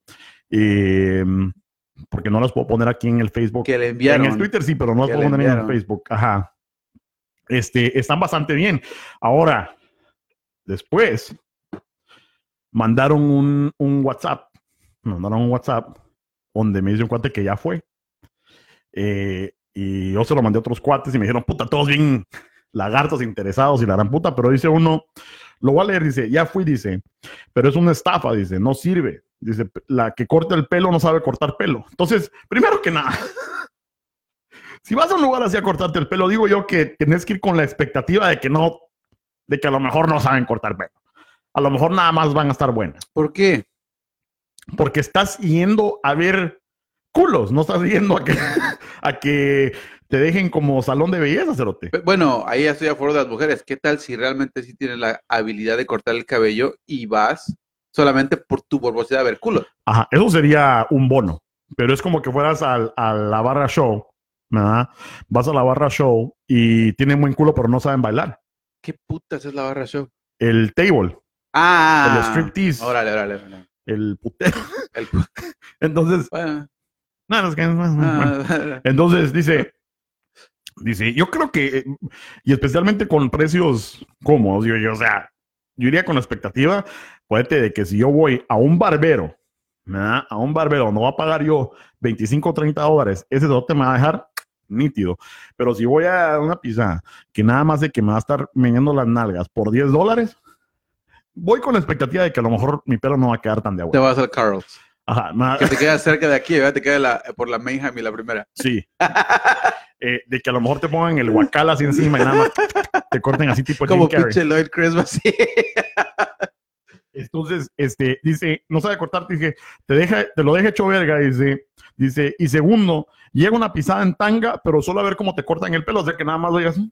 porque no las puedo poner aquí en el Facebook. Que le enviaron. En el Twitter sí, pero no las puedo poner en el Facebook. Ajá. Están bastante bien. Ahora, después, mandaron un WhatsApp. Mandaron un WhatsApp donde me dice un cuate que ya fue. Y yo se lo mandé a otros cuates y me dijeron, puta, todos bien lagartos interesados y la gran puta, pero dice uno, lo voy a leer, dice, ya fui, dice, pero es una estafa, dice, no sirve. Dice, la que corta el pelo no sabe cortar pelo. Entonces, primero que nada, si vas a un lugar así a cortarte el pelo, digo yo que tenés que ir con la expectativa de que a lo mejor no saben cortar pelo. A lo mejor nada más van a estar buenas. ¿Por qué? Porque estás yendo a ver culos, no estás yendo a que te dejen como salón de belleza, cerote. Bueno, ahí ya estoy a favor de las mujeres. ¿Qué tal si realmente sí tienes la habilidad de cortar el cabello y vas solamente por tu borbosidad a ver culo? Ajá, eso sería un bono. Pero es como que fueras a la barra show, ¿verdad? Vas a la barra show y tienen buen culo, pero no saben bailar. ¿Qué putas es la barra show? El table. El striptease. Órale. El putero. Entonces, bueno. Entonces dice, yo creo que, y especialmente con precios cómodos, o sea, yo iría con la expectativa, puede de que si yo voy a un barbero, ¿verdad? A un barbero, no va a pagar yo 25 o 30 dólares, ese dote me va a dejar nítido. Pero si voy a una pizza que nada más de que me va a estar meneando las nalgas por 10 dólares, voy con la expectativa de que a lo mejor mi pelo no va a quedar tan de agua. Te vas al Carl's. Ajá. Que te queda cerca de aquí, ¿verdad? Te queda por la Mayhem y la primera. Sí. De que a lo mejor te pongan el guacal así encima y nada más te corten así tipo como pinche Lloyd Christmas, así. Entonces, dice, no sabe cortar, dice, te lo deja hecho verga, dice, y segundo, llega una pisada en tanga, pero solo a ver cómo te cortan el pelo, o sea que nada más lo digas así.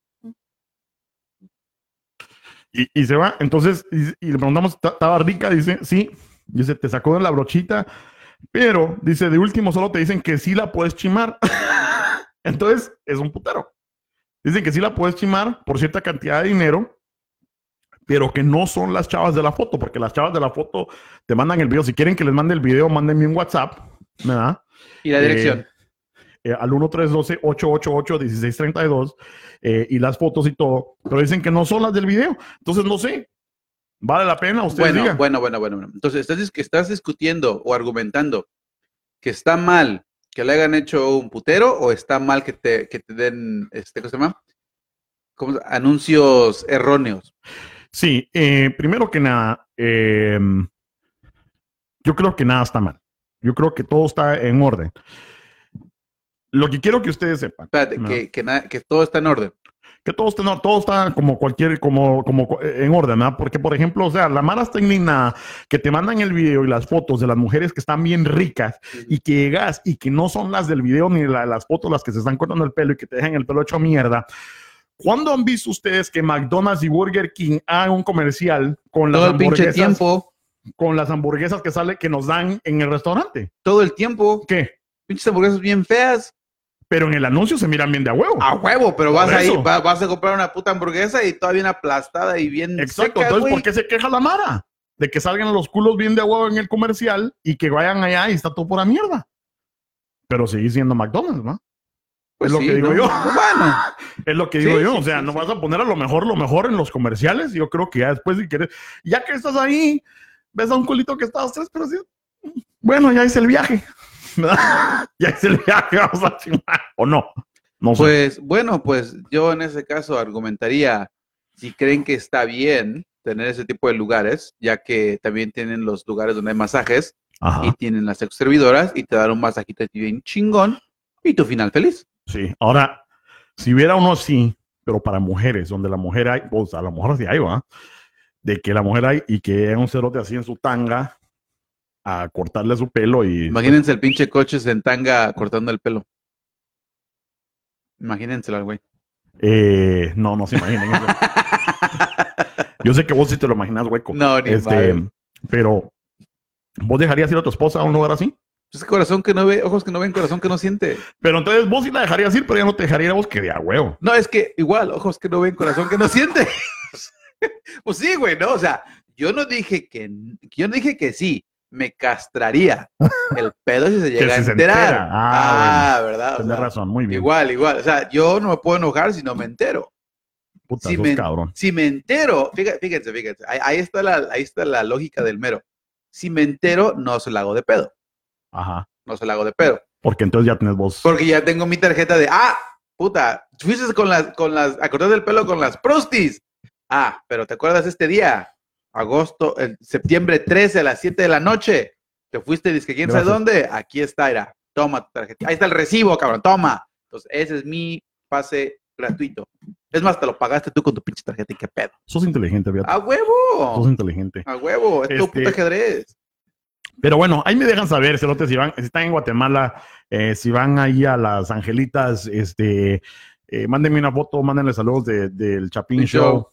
Y se va, entonces, y le preguntamos, ¿estaba rica? Dice, sí. Dice, te sacó de la brochita, pero, dice, de último solo te dicen que sí la puedes chimar. Entonces, es un putero. Dicen que sí la puedes chimar por cierta cantidad de dinero, pero que no son las chavas de la foto, porque las chavas de la foto te mandan el video. Si quieren que les mande el video, mándenme un WhatsApp, ¿verdad? ¿Y la dirección? Al 1312-888-1632 y las fotos y todo, pero dicen que no son las del video. Entonces, no sé. ¿Vale la pena? Ustedes digan. Bueno. Entonces, estás discutiendo o argumentando que está mal que le hayan hecho un putero o está mal que te den, ¿cómo se llama? Anuncios erróneos. Sí, primero que nada, yo creo que nada está mal. Yo creo que todo está en orden. Lo que quiero que ustedes sepan. Espérate, ¿no? que todo está en orden. que todo está como en orden, ¿verdad? Porque, por ejemplo, o sea, la mara está indignada que te mandan el video y las fotos de las mujeres que están bien ricas y que llegas y que no son las del video ni las fotos las que se están cortando el pelo y que te dejan el pelo hecho mierda. ¿Cuándo han visto ustedes que McDonald's y Burger King hagan un comercial con las hamburguesas? Todo el pinche tiempo. Con las hamburguesas que nos dan en el restaurante. Todo el tiempo. ¿Qué? Pinches hamburguesas bien feas. Pero en el anuncio se miran bien de a huevo. A huevo, pero vas a comprar una puta hamburguesa y toda bien aplastada y bien Exacto, seca, entonces, ¿por qué se queja la mara? De que salgan los culos bien de a huevo en el comercial y que vayan allá y está todo pura mierda. Pero sigue siendo McDonald's, ¿no? Pues es lo que digo yo. Bueno. Es lo que digo yo. O sea, no vas a poner a lo mejor en los comerciales. Yo creo que ya después, si quieres, ya que estás ahí, ves a un culito que está a 3, pero sí, bueno, ya hice el viaje. Ya hice el viaje, vamos a chingar. ¿O no? No sé. Pues, bueno, pues yo en ese caso argumentaría, si creen que está bien tener ese tipo de lugares, ya que también tienen los lugares donde hay masajes. Ajá. Y tienen las servidoras y te dan un masajito bien chingón y tu final feliz. Sí, ahora, si hubiera uno así, pero para mujeres, donde la mujer hay, pues a lo mejor sí hay, ¿va? De que la mujer hay y que hay un cerote así en su tanga a cortarle su pelo y... Imagínense el pinche coches en tanga cortando el pelo. Imagínenselo al güey. No se imaginen eso. Yo sé que vos sí te lo imaginas, hueco. No, ni mal. Pero, ¿vos dejarías ir a tu esposa a un lugar así? Pues corazón que no ve, ojos que no ven, corazón que no siente. Pero entonces vos sí la dejarías ir, pero ya no te dejaría ir a vos que de a huevo. No, es que igual, ojos que no ven, corazón que no siente. Pues sí, güey, ¿no? O sea, yo no dije que sí, me castraría. El pedo si se llega a enterar. Bueno, ¿verdad? Tienes razón, muy bien. Igual. O sea, yo no me puedo enojar si no me entero. Puta, cabrón. Si me entero, fíjense, ahí está la lógica del mero. Si me entero, no se la hago de pedo. Ajá. No se la hago de pedo. Porque entonces ya tenés vos. Porque ya tengo mi tarjeta de, puta, fuiste a cortarte el pelo con las prostis. Pero ¿te acuerdas este día? Septiembre 13 a las 7 de la noche. Te fuiste, dizque quién sabe dónde. Aquí está, era. Toma tu tarjeta. Ahí está el recibo, cabrón, toma. Entonces, ese es mi pase gratuito. Es más, te lo pagaste tú con tu pinche tarjeta y qué pedo. Sos inteligente, fíjate. ¡A huevo! Sos inteligente. ¡A huevo! Es tu puto ajedrez. Pero bueno, ahí me dejan saber, cerotes, si están en Guatemala, si van ahí a las Angelitas, mándenme una foto, mándenle saludos del Chapín Show.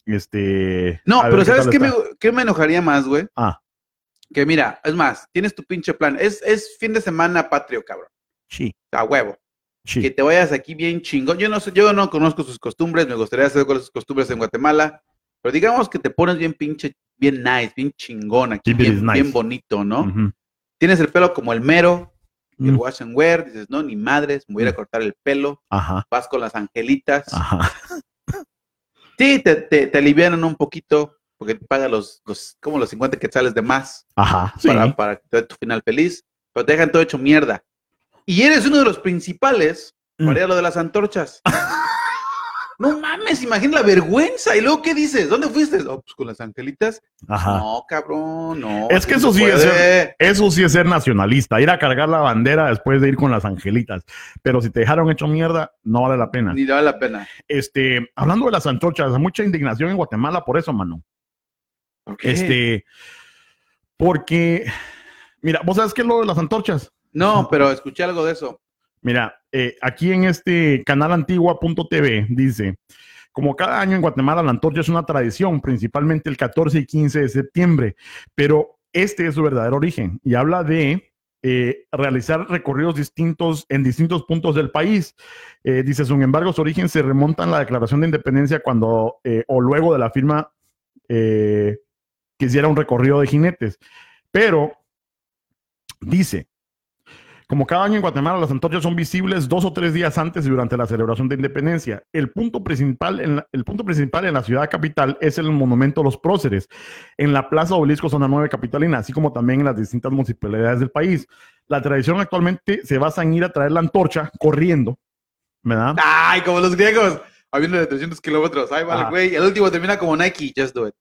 No, pero ¿sabes qué me enojaría más, güey? Que mira, es más, tienes tu pinche plan. Es fin de semana patrio, cabrón. Sí. A huevo. Sí. Que te vayas aquí bien chingón. Yo no conozco sus costumbres, me gustaría saber cuáles son sus costumbres en Guatemala. Pero digamos que te pones bien pinche, bien nice, bien chingón aquí, bien bonito, ¿no? Uh-huh. Tienes el pelo como el mero, el wash and wear, dices, no, ni madres, me voy a ir a cortar el pelo. Ajá. Vas con las angelitas. Ajá. Sí, te alivianan un poquito, porque te pagan los 50 quetzales de más. Ajá. Para que te dé tu final feliz, pero te dejan todo hecho mierda. Y eres uno de los principales para ir a lo de las antorchas. No mames, imagina la vergüenza. ¿Y luego qué dices? ¿Dónde fuiste? Pues con las angelitas. Ajá. No, cabrón, no. Es que eso sí es ser nacionalista, ir a cargar la bandera después de ir con las angelitas. Pero si te dejaron hecho mierda, no vale la pena. Ni vale la pena. Hablando de las antorchas, mucha indignación en Guatemala por eso, mano. ¿Por qué? Porque, mira, ¿vos sabes qué es lo de las antorchas? No, pero escuché algo de eso. Mira, aquí en este canal antigua.tv dice, como cada año en Guatemala la antorcha es una tradición, principalmente el 14 y 15 de septiembre, pero este es su verdadero origen y habla de realizar recorridos distintos en distintos puntos del país. Dice, sin embargo, su origen se remonta a la Declaración de Independencia cuando o luego de la firma que hiciera un recorrido de jinetes. Pero dice, como cada año en Guatemala, las antorchas son visibles 2 o 3 días antes y durante la celebración de independencia. El punto principal en la ciudad capital es el Monumento a los Próceres, en la Plaza Obelisco Zona 9 capitalina, así como también en las distintas municipalidades del país. La tradición actualmente se basa en ir a traer la antorcha corriendo, ¿verdad? ¡Ay, como los griegos! Habiendo de 300 kilómetros. ¡Ay, vale, güey! El último termina como Nike, just do it.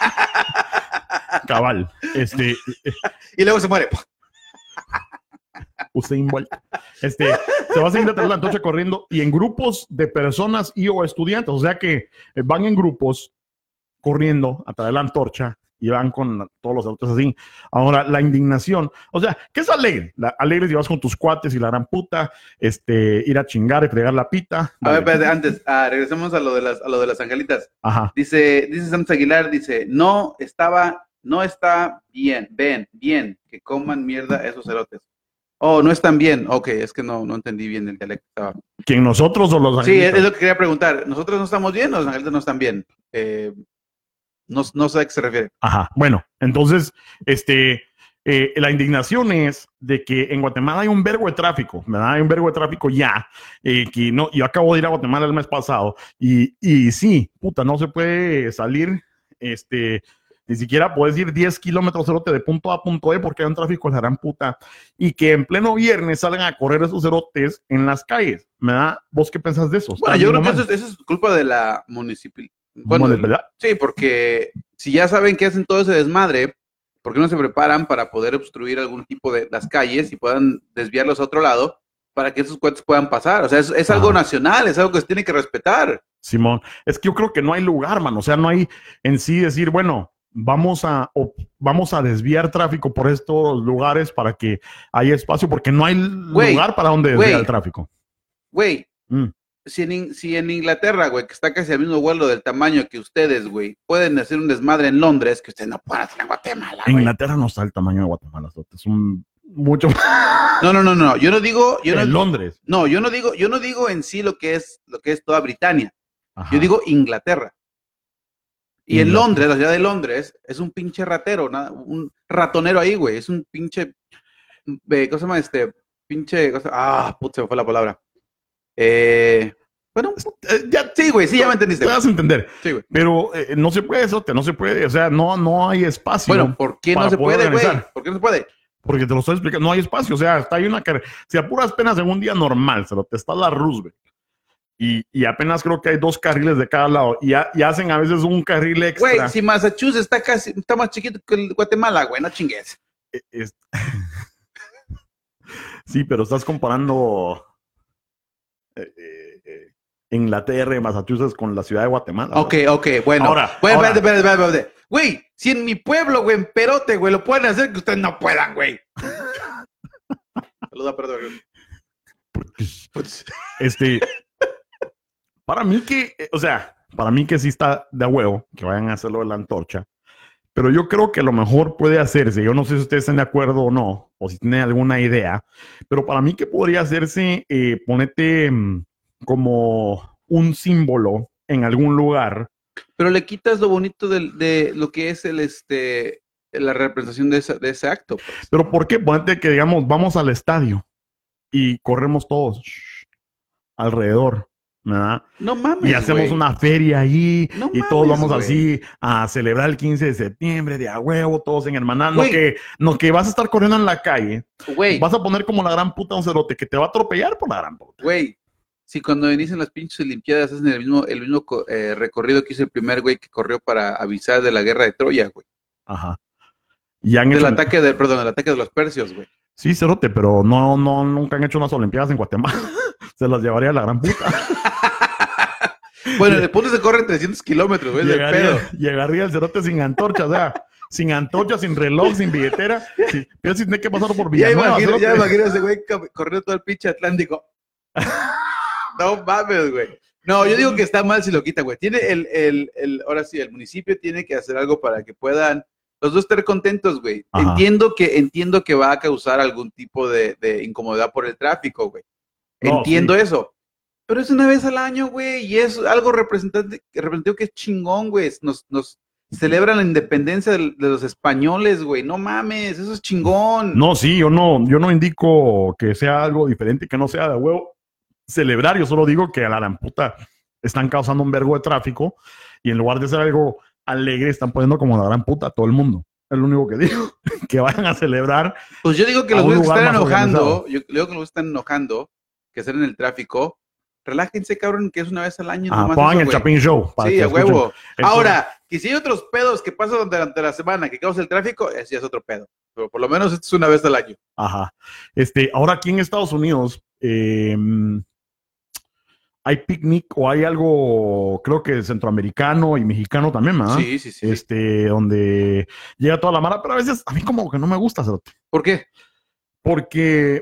Cabal. Y luego se muere. Usain Bolt. Se va a seguir detrás de la antorcha corriendo y en grupos de personas y o estudiantes, o sea que van en grupos corriendo a través de la antorcha y van con todos los autos así. Ahora, la indignación, o sea, ¿qué es alegre? Alegre si vas con tus cuates y la gran puta, ir a chingar y fregar la pita. A ver, espérate, antes, regresemos a lo de las angelitas. Ajá. Dice Santos Aguilar, dice, no está bien, bien, que coman mierda esos cerotes. Oh, no están bien. Ok, es que no entendí bien el dialecto. ¿Quién, nosotros o los angelitos? Sí, es lo que quería preguntar. ¿Nosotros no estamos bien o los angelitos no están bien? No sé a qué se refiere. Ajá, bueno, entonces, la indignación es de que en Guatemala hay un vergo de tráfico, ¿verdad? Hay un vergo de tráfico ya, que no, yo acabo de ir a Guatemala el mes pasado y sí, puta, no se puede salir, ni siquiera puedes ir 10 kilómetros cerote de punto A a punto E porque hay un tráfico de la gran puta y que en pleno viernes salgan a correr esos cerotes en las calles, ¿verdad? ¿Vos qué pensás de eso? Bueno, yo creo que eso es culpa de la municipalidad. Bueno, ¿verdad? Sí, porque si ya saben que hacen todo ese desmadre, ¿por qué no se preparan para poder obstruir algún tipo de las calles y puedan desviarlos a otro lado para que esos cuates puedan pasar? O sea, es algo nacional, es algo que se tiene que respetar. Simón, es que yo creo que no hay lugar, man. O sea, no hay en sí decir, bueno, vamos a desviar tráfico por estos lugares para que haya espacio, porque no hay lugar para donde desviar el tráfico. Güey, si en Inglaterra, güey, que está casi al mismo vuelo del tamaño que ustedes, güey, pueden hacer un desmadre en Londres que ustedes no pueden hacer en Guatemala, güey. En Inglaterra no está el tamaño de Guatemala, es mucho más. No, yo no digo... en Londres. No, yo no digo en sí lo que es toda Britania. Ajá. Yo digo Inglaterra. Y en Londres, la ciudad de Londres, es un pinche ratero, un ratonero ahí, güey. Es un pinche... ¿Cómo se llama puta, se me fue la palabra. Bueno, ya, sí, güey, sí, ya me entendiste. Te vas a entender. Sí, güey. Pero no se puede eso, no se puede, o sea, no hay espacio. Bueno, ¿por qué no se puede, güey? ¿Por qué no se puede? Porque te lo estoy explicando, no hay espacio, o sea, hay una carrera. Si apuras penas en un día normal, te está la Roosevelt. Y apenas creo que hay 2 carriles de cada lado. Y hacen a veces un carril extra. Güey, si Massachusetts está más chiquito que Guatemala, güey, no chingues. Sí, pero estás comparando Inglaterra y Massachusetts con la ciudad de Guatemala. Ok, bueno. Ahora. Espérate. Güey, si en mi pueblo, güey, en Perote, güey, lo pueden hacer que ustedes no puedan, güey. Saluda, perdón. Para mí que sí está de huevo que vayan a hacerlo de la antorcha, pero yo creo que lo mejor puede hacerse, yo no sé si ustedes están de acuerdo o no, o si tienen alguna idea, pero para mí que podría hacerse, ponete como un símbolo en algún lugar. Pero le quitas lo bonito de lo que es la representación de ese acto. Pues. Pero ¿por qué? Ponete que, digamos, vamos al estadio y corremos todos alrededor. ¿verdad? No mames, y hacemos wey. Una feria ahí no y mames, todos vamos wey. Así a celebrar el 15 de septiembre de a huevo, todos en hermanando, que vas a estar corriendo en la calle, wey. Vas a poner como la gran puta un cerote que te va a atropellar por la gran puta. Güey, si cuando inician las pinches olimpiadas hacen el mismo recorrido que hizo el primer güey que corrió para avisar de la guerra de Troya, güey. Ajá. El ataque de los persios, güey. Sí, cerote, pero nunca han hecho unas olimpiadas en Guatemala. Se las llevaría a la gran puta. Bueno, el punto se corre 300 kilómetros, güey, del pedo. Llegaría el cerote sin antorcha, o sea, sin antorcha, sin reloj, sin billetera. Pero sí tiene que pasar por Villanueva. Ya imagino ese güey corriendo todo el pinche Atlántico. No mames, güey. No, yo digo que está mal si lo quita, güey. Tiene ahora sí, el municipio tiene que hacer algo para que puedan los dos estar contentos, güey. Entiendo que va a causar algún tipo de incomodidad por el tráfico, güey. Entiendo eso. Pero es una vez al año, güey, y es algo representativo que es chingón, güey. Nos celebran la independencia de los españoles, güey. No mames, eso es chingón. No, sí, yo no indico que sea algo diferente, que no sea de huevo celebrar. Yo solo digo que a la gran puta están causando un vergo de tráfico y en lugar de ser algo alegre, están poniendo como la gran puta a todo el mundo. Es lo único que digo. Que vayan a celebrar. Pues yo digo que los güeyes que están enojando, que están en el tráfico, relájense, cabrón, que es una vez al año. Pongan el Chapín Show. Sí, a huevo. Ahora, que si hay otros pedos que pasan durante la semana que causa el tráfico, ese ya es otro pedo. pero por lo menos esto es una vez al año. Ajá. Ahora aquí en Estados Unidos hay picnic o hay algo, creo que centroamericano y mexicano también, ¿verdad? Sí. Donde llega toda la mara, pero a veces a mí como que no me gusta hacerlo. ¿Por qué? Porque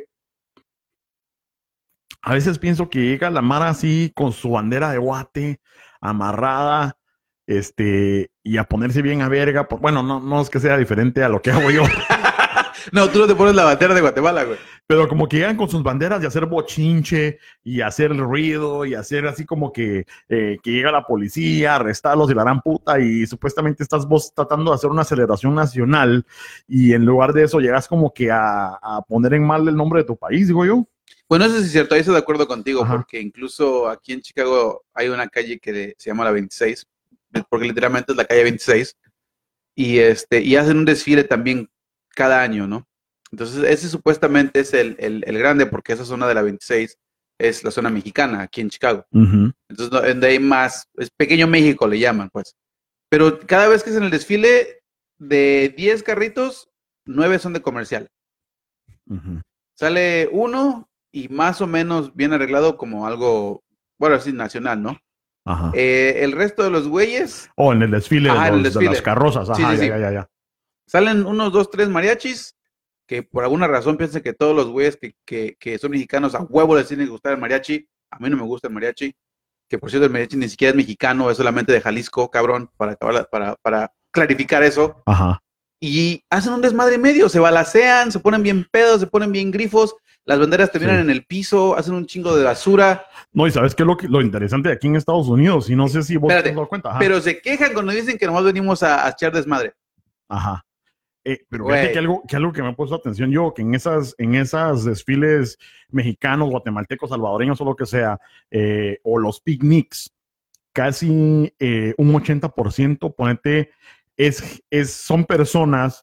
a veces pienso que llega la mara así con su bandera de guate amarrada, y a ponerse bien a verga. Bueno, no es que sea diferente a lo que hago yo. No, tú no te pones la bandera de Guatemala, güey. Pero como que llegan con sus banderas y hacer bochinche y hacer ruido y hacer así como que llega la policía, arrestarlos y la gran puta, y supuestamente estás vos tratando de hacer una celebración nacional y en lugar de eso llegas como que a poner en mal el nombre de tu país, digo yo. Bueno, eso sí es cierto, ahí estoy de acuerdo contigo. Ajá. Porque incluso aquí en Chicago hay una calle que se llama la 26, porque literalmente es la calle 26, y hacen un desfile también cada año, ¿no? Entonces, ese supuestamente es el grande, porque esa zona de la 26 es la zona mexicana aquí en Chicago. Uh-huh. Entonces, donde hay más, es Pequeño México le llaman, pues. Pero cada vez que es en el desfile, de 10 carritos, 9 son de comercial. Uh-huh. Sale uno y más o menos bien arreglado como algo, bueno, así nacional, ¿no? Ajá. El resto de los güeyes. En el desfile, de las carrozas. Ajá, sí. Ya. Salen unos 2, 3 mariachis que por alguna razón piensan que todos los güeyes que son mexicanos a huevo les tiene que gustar el mariachi. A mí no me gusta el mariachi. Que por cierto, el mariachi ni siquiera es mexicano, es solamente de Jalisco, cabrón, para clarificar eso. Ajá. Y hacen un desmadre medio, se balacean, se ponen bien pedos, se ponen bien grifos, las banderas terminan en el piso, hacen un chingo de basura. No, y ¿sabes qué es lo interesante de aquí en Estados Unidos? Y no sé si vos te has dado cuenta. Ajá. Pero se quejan cuando dicen que nomás venimos a echar desmadre. Ajá. Pero fíjate que algo que me ha puesto atención yo, que en esas desfiles mexicanos, guatemaltecos, salvadoreños o lo que sea, o los picnics, casi un 80%, ponete, son personas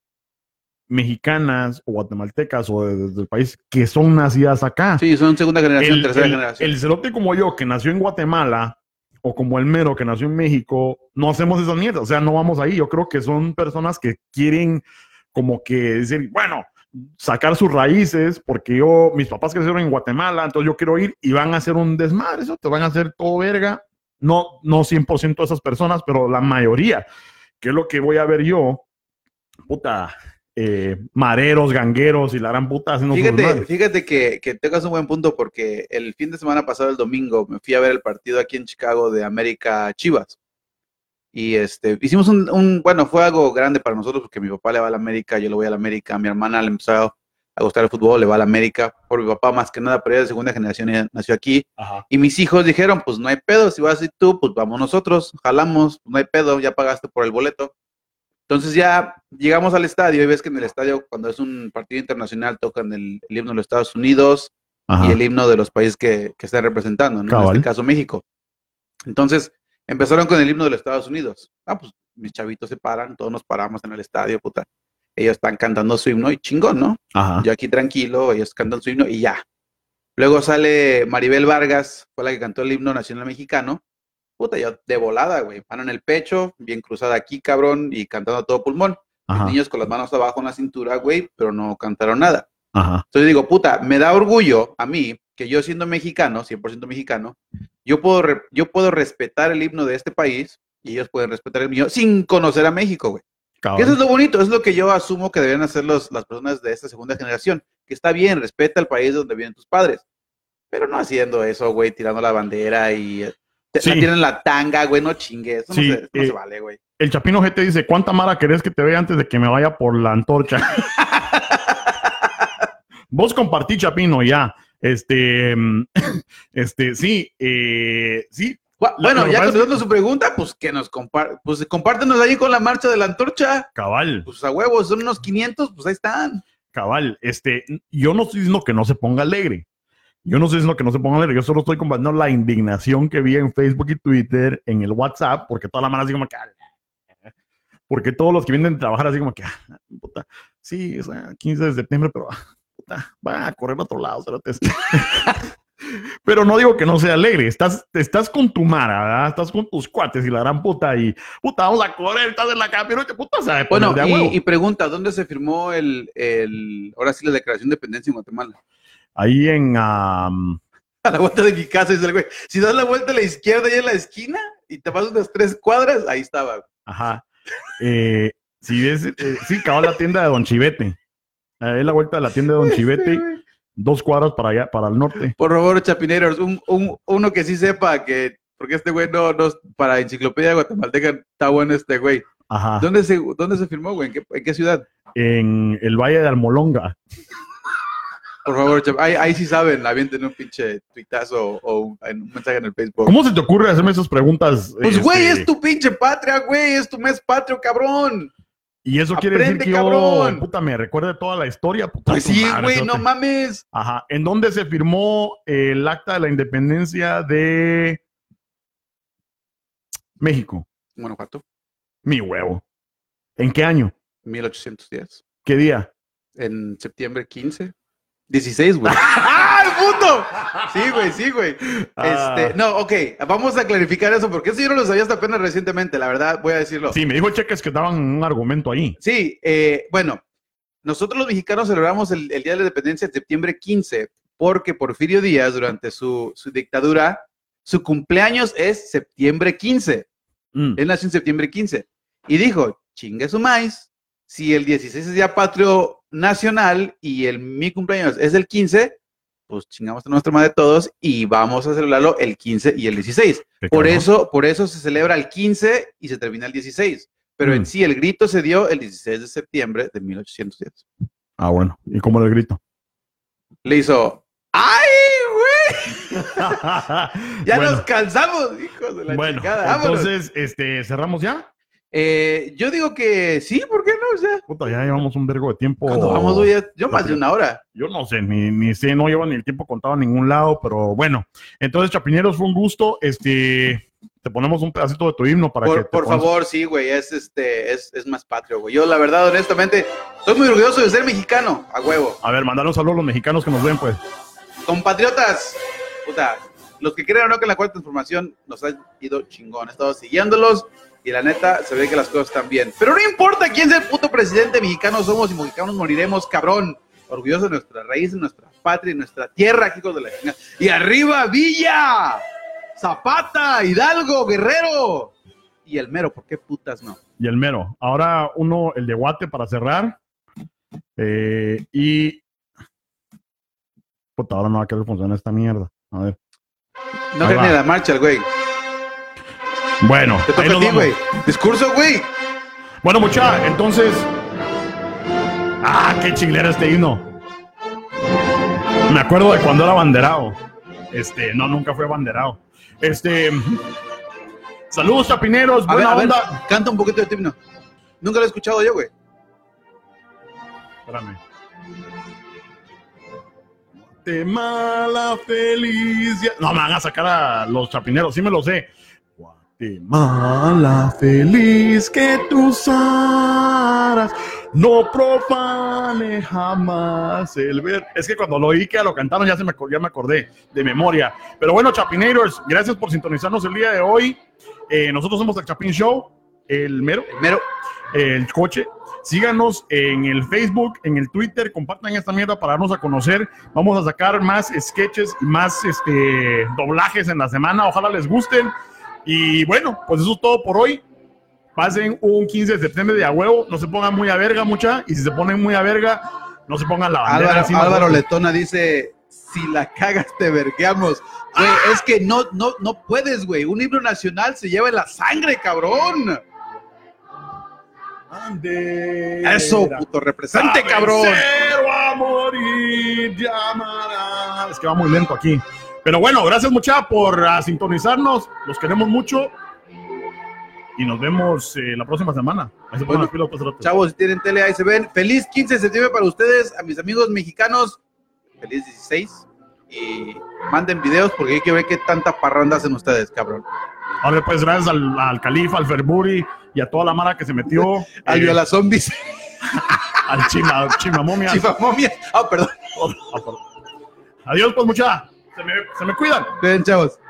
mexicanas o guatemaltecas o del país que son nacidas acá. Sí, son segunda generación, tercera generación. El cerote como yo, que nació en Guatemala, o como el mero que nació en México, no hacemos esas mierdas, o sea, no vamos ahí. Yo creo que son personas que quieren como que decir, bueno, sacar sus raíces, porque mis papás crecieron en Guatemala, entonces yo quiero ir y van a hacer un desmadre, eso te van a hacer todo verga. No 100% de esas personas, pero la mayoría, que es lo que voy a ver yo, puta, mareros, gangueros y la gran puta haciendo Fíjate que tengas un buen punto, porque el fin de semana pasado, el domingo, me fui a ver el partido aquí en Chicago de América Chivas. Y hicimos bueno, fue algo grande para nosotros porque mi papá le va a la América, yo le voy a la América, mi hermana le empezó a gustar el fútbol, le va a la América, por mi papá más que nada, pero ella de segunda generación, ella nació aquí. Ajá. Y mis hijos dijeron, pues no hay pedo, si vas a ir tú, pues vamos nosotros, jalamos, no hay pedo, ya pagaste por el boleto. Entonces ya llegamos al estadio y ves que en el estadio, cuando es un partido internacional, tocan el himno de los Estados Unidos. Ajá. Y el himno de los países que están representando, ¿no? En este caso México. Entonces empezaron con el himno de los Estados Unidos. Pues mis chavitos se paran, todos nos paramos en el estadio, puta. Ellos están cantando su himno y chingón, ¿no? Ajá. Yo aquí tranquilo, ellos cantan su himno y ya. Luego sale Maribel Vargas, fue la que cantó el himno nacional mexicano. Puta, yo de volada, güey, mano en el pecho, bien cruzada aquí, cabrón, y cantando a todo pulmón. Ajá. Los niños con las manos abajo en la cintura, güey, pero no cantaron nada. Ajá. Entonces digo, puta, me da orgullo a mí que yo siendo mexicano, 100% mexicano, yo puedo respetar el himno de este país y ellos pueden respetar el mío sin conocer a México, güey. Eso es lo bonito, es lo que yo asumo que deberían hacer las personas de esta segunda generación, que está bien, respeta el país de donde vienen tus padres, pero no haciendo eso, güey, tirando la bandera y tienen la tanga, güey, no chingues, eso no se vale, güey. El Chapino G te dice, ¿cuánta mara querés que te vea antes de que me vaya por la antorcha? Vos compartí, Chapino, ya. Sí. Bueno, ya contestando su pregunta, pues que nos compártenos ahí con la marcha de la antorcha. Cabal. Pues a huevos, son unos 500, pues ahí están. Cabal, yo no estoy diciendo que no se ponga alegre. Yo solo estoy compartiendo la indignación que vi en Facebook y Twitter, en el WhatsApp, porque toda la mano así como que... Porque todos los que vienen a trabajar así como que... Puta, sí, o sea, 15 de septiembre, pero... Puta, van a correr a otro lado. Pero no digo que no sea alegre. Estás con tu mara, ¿verdad? Estás con tus cuates y la gran puta. Y puta, vamos a correr, estás en la camioneta, puta, ¿sabes? Bueno, y pregunta, ¿dónde se firmó ahora sí la Declaración de Independencia en Guatemala? Ahí en... A la vuelta de mi casa, dice el güey. Si das la vuelta a la izquierda y en la esquina y te vas unas 3 cuadras, ahí estaba. Ajá. Si ves, sí, cabal la tienda de Don Chivete. Ahí la vuelta de la tienda de Don Chivete. Sí, 2 cuadras para allá, para el norte. Por favor, Chapineros, uno que sí sepa que, porque este güey no para Enciclopedia Guatemalteca está bueno este güey. Ajá. ¿Dónde se firmó, güey? ¿En qué ciudad? En el Valle de Almolonga. Por favor, ahí sí saben, avienten un pinche tuitazo o un mensaje en el Facebook. ¿Cómo se te ocurre hacerme esas preguntas? Pues, güey, es tu pinche patria, güey, es tu mes patrio, cabrón. Y eso quiere decir que yo, puta, me recuerde toda la historia. Puta, pues sí, güey, no mames. Ajá. ¿En dónde se firmó el acta de la independencia de México? Guanajuato. Mi huevo. ¿En qué año? 1810. ¿Qué día? En septiembre 15. 16, güey. ¡Ah, puto! Sí, güey. No, ok, vamos a clarificar eso, porque eso yo no lo sabía hasta apenas recientemente, la verdad, voy a decirlo. Sí, me dijo Cheques que daban un argumento ahí. Sí, bueno, nosotros los mexicanos celebramos el Día de la Independencia en septiembre 15, porque Porfirio Díaz, durante su dictadura, su cumpleaños es septiembre 15. Él nació en septiembre 15. Y dijo, chingue su maíz, si el 16 es día patrio nacional y mi cumpleaños es el 15, pues chingamos a nuestra madre todos y vamos a celebrarlo el 15 y el 16. Por eso se celebra el 15 y se termina el 16. Pero en sí el grito se dio el 16 de septiembre de 1810. Ah, bueno. ¿Y cómo le grito? Le hizo, ¡ay, güey! Ya nos cansamos, hijos de la chingada. Entonces, ¿cerramos ya? Yo digo que sí, ¿por qué no? O sea, puta, ya llevamos un vergo de tiempo. ¿Cuándo vamos, güey? Yo más de una hora. Yo no sé, ni sé, no lleva ni el tiempo contado a ningún lado, pero bueno. Entonces, Chapineros, fue un gusto. Te ponemos un pedacito de tu himno para que por favor, sí, güey, es más patrio, güey. Yo, la verdad, honestamente, estoy muy orgulloso de ser mexicano, a huevo. A ver, mandar un saludo a los mexicanos que nos ven, pues. Compatriotas, puta, los que crean o no que la Cuarta Transformación nos ha ido chingón. He estado siguiéndolos. Y la neta, se ve que las cosas están bien. Pero no importa quién sea el puto presidente, mexicanos somos y mexicanos moriremos, cabrón. Orgullosos de nuestra raíz, de nuestra patria, de nuestra tierra, hijos de la chingada. Y arriba, Villa, Zapata, Hidalgo, Guerrero. Y el mero, ¿por qué putas no? Y el mero. Ahora el de Guate para cerrar. Y... Puta, ahora no va a querer funcionar esta mierda. A ver. No viene la marcha el güey. Bueno, te toca a ti, güey. Discurso, güey. Bueno, mucha, entonces. Qué chilera este himno. Me acuerdo de cuando era banderado. No, nunca fue banderado. Saludos, Chapineros. Buena onda. Canta un poquito de himno. Nunca lo he escuchado yo, güey. Espérame. Guatemala feliz. No, me van a sacar a los Chapineros, sí me lo sé. Guatemala feliz, que tus aras no profane jamás el ver. Es que cuando lo oí que lo cantaron ya me acordé de memoria. Pero bueno, Chapineros, gracias por sintonizarnos el día de hoy. Nosotros somos el Chapín Show, el mero, el coche. Síganos en el Facebook, en el Twitter, compartan esta mierda para darnos a conocer. Vamos a sacar más sketches y más doblajes en la semana. Ojalá les gusten. Y bueno, pues eso es todo por hoy. Pasen un 15 de septiembre de a huevo. No se pongan muy a verga, mucha. Y si se ponen muy a verga, no se pongan la bandera encima. Álvaro Letona dice, si la cagas te vergueamos. Güey, es que no puedes, güey. Un himno nacional se lleva en la sangre, cabrón. Bandera, eso, puto, represente, cabrón. A morir, llamará. Es que va muy lento aquí. Pero bueno, gracias mucha por sintonizarnos. Los queremos mucho. Y nos vemos la próxima semana. Ahí se ponen las pilas, chavos, si tienen tele, ahí se ven. Feliz 15 de septiembre para ustedes, a mis amigos mexicanos. Feliz 16. Y manden videos porque yo quiero ver qué tanta parranda hacen ustedes, cabrón. Ahora pues gracias al Califa, al Ferburi y a toda la mara que se metió. Al Viola Zombies. Al Chimamomia. Chimamomia. Perdón. Adiós pues mucha. Se me cuidan. Ven, chavos.